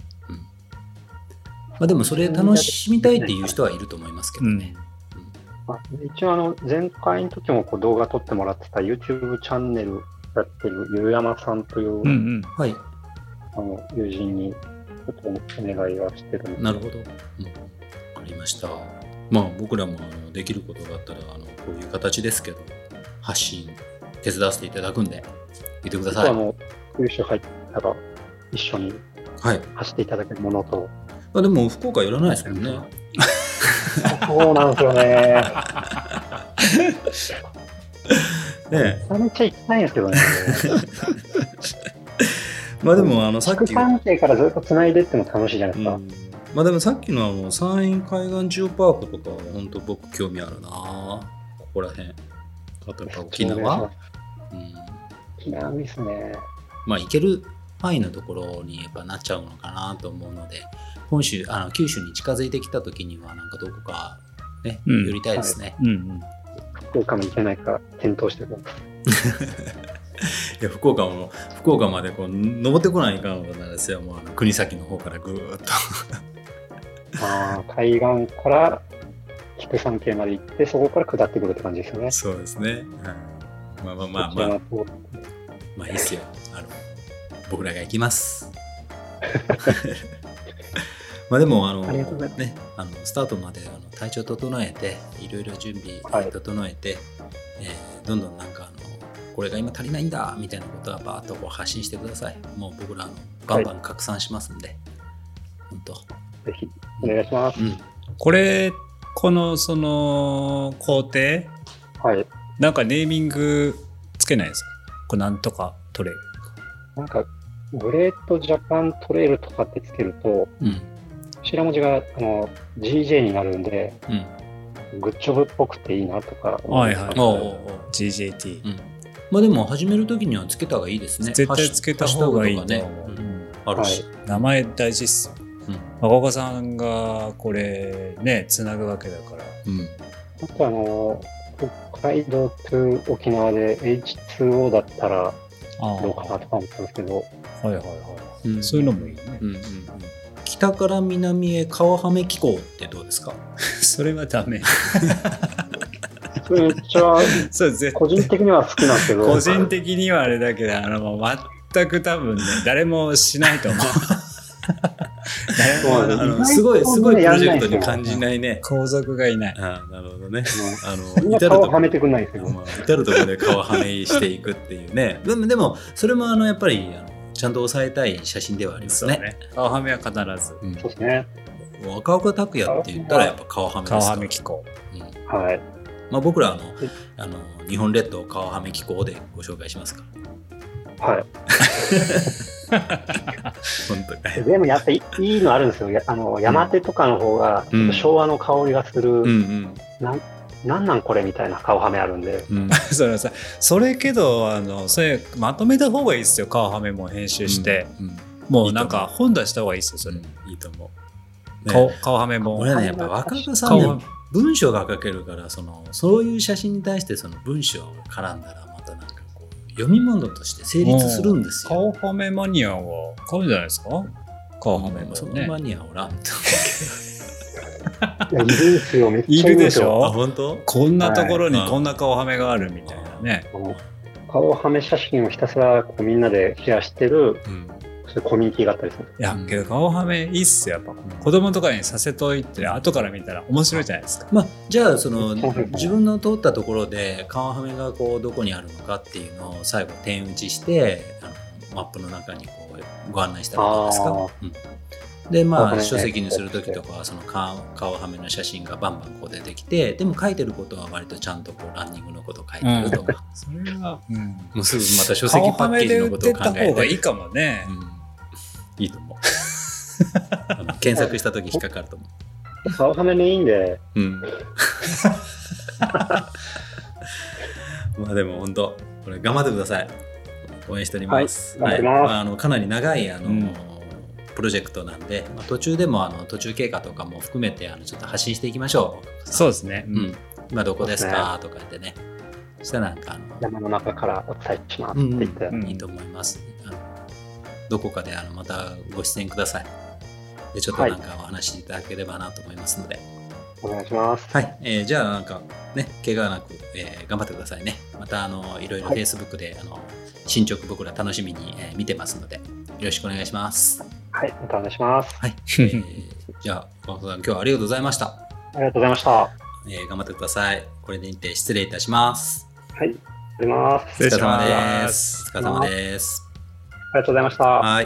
まあでもそれ楽しみたいっていう人はいると思いますけどね。 一応前回の時もこう動画撮ってもらってた YouTube チャンネルやってるゆうやまさんという、 はい、 友人にちょっとお願いはしてるんです。 なるほど、わかりました。まあ僕らもできることがあったらこういう形ですけど発信手伝わせていただくんで見てください。 九州入ったら一緒に走っていただけるものと、 でも福岡いらないですもんね。 そうなんですよね。 めちゃめちゃ行きたいんですけどね。 まあでもさっき関係からずっとつないでっても楽しいじゃないですか。 まあでもさっきの山陰海岸ジオパークとかは本当僕興味あるな。ここら辺。あとやっぱ沖縄。 沖縄ですね。 まあ行ける範囲のところにやっぱなっちゃうのかなと思うので、九州に近づいてきた時にはなんかどこかね、寄りたいですね。 福岡も行けないか検討してる。 いや福岡までこう登ってこないかんのなんですよ。もう国東の方からぐーっと海岸から菊山系まで行ってそこから下ってくるって感じですよね。 そうですね。まあいいっすよ。僕らが行きます。まあでもスタートまで体調整えていろいろ準備整えて、どんどんなんかこれが今足りないんだみたいなことはバーッとこう発信してください。もう僕らバンバン拡散しますんで、本当ぜひお願いします。 このその工程、なんかネーミングつけないですか？これなんとかトレイル。 なんかグレートジャパントレイルとかってつけると、頭文字がGJ になるんで、グッジョブっぽくていいなとか思います。 GJT。 まあでも始めるときにはつけた方がいいですね。 絶対つけた方がいいね。 あるし。 名前大事っすよ。若岡さんがこれねつなぐわけだから。 あと北海道と沖縄で H2O だったらどうかなとか思ったんですけど。 そういうのもいいね。 北から南へ川はめ機構ってどうですか？ それはダメ。 めっちゃ個人的には好きなんですけど。 個人的にはあれだけど全く多分ね誰もしないと思う。 すごいプロジェクトに感じないね。 皇族がいない。 なるほどね。 至るところはめてくんないですよ。 至るところで川はめしていくっていうね。でもそれもやっぱりちゃんと抑えたい写真ではありますね。 川はめは必ず。 そうですね。 若岡拓也って言ったらやっぱ川はめですから。 川はめ機構。 はい。 まあ僕ら日本列島川はめ機構でご紹介しますから。 はい。 本当に。 でもやっぱりいいのあるんですよ。山手とかの方が昭和の香りがする。なんこれみたいな川はめあるんで。 それけどそれまとめた方がいいですよ。川はめも編集して、もうなんか本出した方がいいですよ。それいいと思う。 川はめも。 俺ねやっぱ若岡さんね文章が書けるからそういう写真に対してその文章が絡んだらまたなんかこう読み物として成立するんですよ。 顔はめマニアは買うんじゃないですか。顔はめもね。 そのマニアおらんと。 いやいるんですよ、めっちゃいるでしょ。 あ、本当？ こんなところにこんな顔はめがあるみたいなね。 顔はめ写真をひたすらこうみんなでシェアしてる、そういうコミュニティがあったりする。 いや、けど顔はめいいっすよ。やっぱ子供とかにさせといて、後から見たら面白いじゃないですか。 まあ、じゃあその自分の通ったところで顔はめがこうどこにあるのかっていうのを最後点打ちしてマップの中にこうご案内したらどうですか。でまあ書籍にする時とかはその顔はめの写真がバンバンこう出てきて、でも書いてることは割とちゃんとこうランニングのことを書いてるとか、 それは、 もうすぐまた書籍パッケージのことを考えて顔はめで売ってた方がいいかもね。 いいと思う。検索した時引っかかると思う。 顔はめメインで。 まあでも本当これ頑張ってください。応援しております。 頑張ります。 かなり長いプロジェクトなんで、途中でも途中経過とかも含めてちょっと発信していきましょう。そうですね。 今どこですかとか言ってね。そしたらなんか山の中からお伝えしますって言って、 いいと思います。どこかでまたご出演ください。でちょっとなんかお話しいただければなと思いますので。 お願いします。 はい。じゃあなんかね、怪我なく、頑張ってくださいね。またいろいろ Facebook で進捗僕ら楽しみに、見てますのでよろしくお願いします。 はい、またお願いします。 はい。じゃあ岡本さん今日はありがとうございました。 ありがとうございました。 頑張ってください。これでにて失礼いたします。 はい、あります。 お疲れ様です。お疲れ様です。 ありがとうございました。 はい。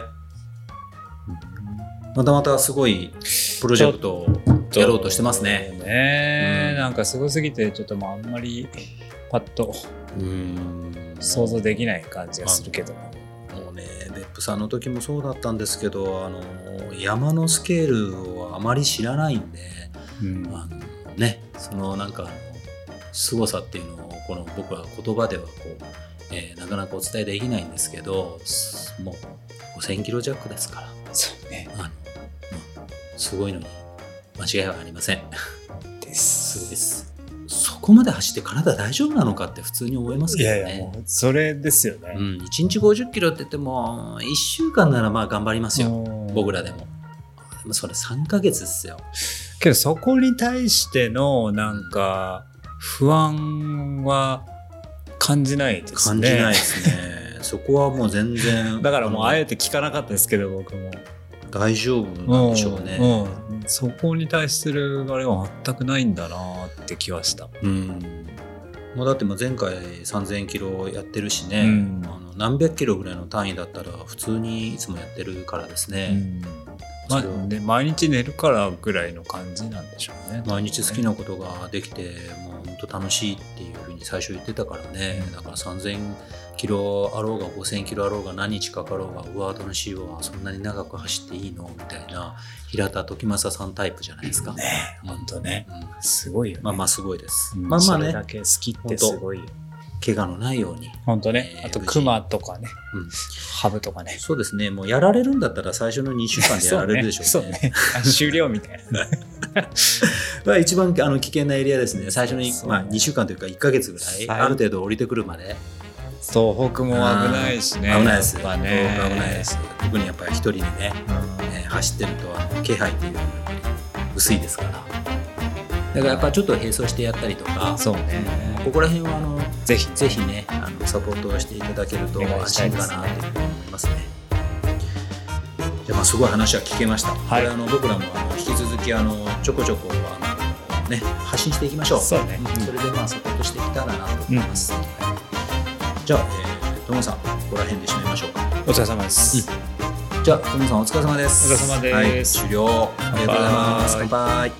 またすごいプロジェクトをやろうとしてますね。 なんかすごすぎてちょっとあんまりパッと想像できない感じがするけど。 もうね、別府さんの時もそうだったんですけど、山のスケールをあまり知らないんで、ね、そのなんか凄さっていうのをこの僕は言葉ではこう、なかなかお伝えできないんですけど、もう5000キロ弱ですから。 そうね。 すごいのに間違いはありません。 です。 すごいです。そこまで走って体大丈夫なのかって普通に思いますけどね。 いやもうそれですよね。 1日50キロって言っても1週間ならまあ頑張りますよ。僕らでも。でもそれ3ヶ月ですよ。 けどそこに対してのなんか不安は感じないですね。 感じないですね。そこはもう全然。 だからもうあえて聞かなかったですけど僕も。 大丈夫なんでしょうね。 そこに対するあれは全くないんだなって気はした。 もうだって前回3000キロやってるしね、何百キロぐらいの単位だったら普通にいつもやってるからですね。 毎日寝るからぐらいの感じなんでしょうね。 毎日好きなことができてもう本当楽しいっていうふうに最初言ってたからね。だから3000キロあろうが5000キロあろうが何日かかろうがうわ楽しいわそんなに長く走っていいのみたいな平田時政さんタイプじゃないですか。 本当ね。すごいよね。 まあすごいです。 それだけ好きってすごいよ。 怪我のないように。 本当ね。あとクマとかね、ハブとかね。 そうですね。もうやられるんだったら最初の2週間でやられるでしょうね。 そうね。終了みたいな。一番危険なエリアですね。最初の2週間というか1ヶ月ぐらいある程度降りてくるまで。 東北も危ないしね。 危ないです。 危ないです。特にやっぱり一人でね、走ってると気配っていうのが薄いですから。だからやっぱちょっと並走してやったりとか、 そうね。 ここら辺はぜひねサポートをしていただけると安心かなというふうに思いますね。じゃあすごい話は聞けました。これ僕らも引き続きちょこちょこね発信していきましょう。 そうね。 それでサポートしていけたらなと思います。じゃあトモさんここら辺で締めましょうか。 お疲れ様です。 じゃあトモさんお疲れ様です。 お疲れ様です。 終了。ありがとうございます。乾杯。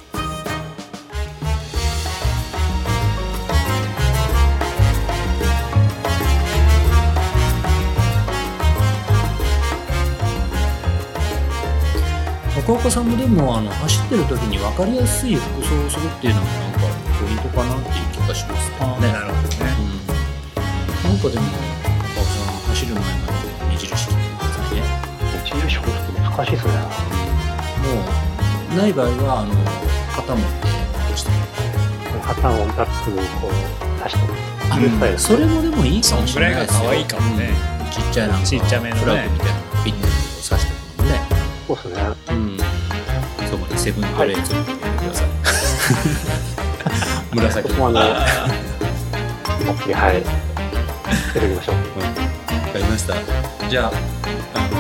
岡岡さんもでも走ってる時に分かりやすい服装をするっていうのもなんかポイントかなっていう気がしますね。 なるほどね。 なんかでも岡岡さん走る前まで目印決めてくださいね。 目印これって難しいですね。 もうない場合は旗持ってこうして旗をバックにこう刺してそれもでもいいかもしれないですよ。 そんぐらいが可愛いかもね。 ちっちゃいなんかちっちゃめのねフラッグみたいなのピッて刺しておくのもね。 そうですね。 そこでセブントレイズって言ってください。紫。 そこははい。やってみましょう。 わかりました。じゃあ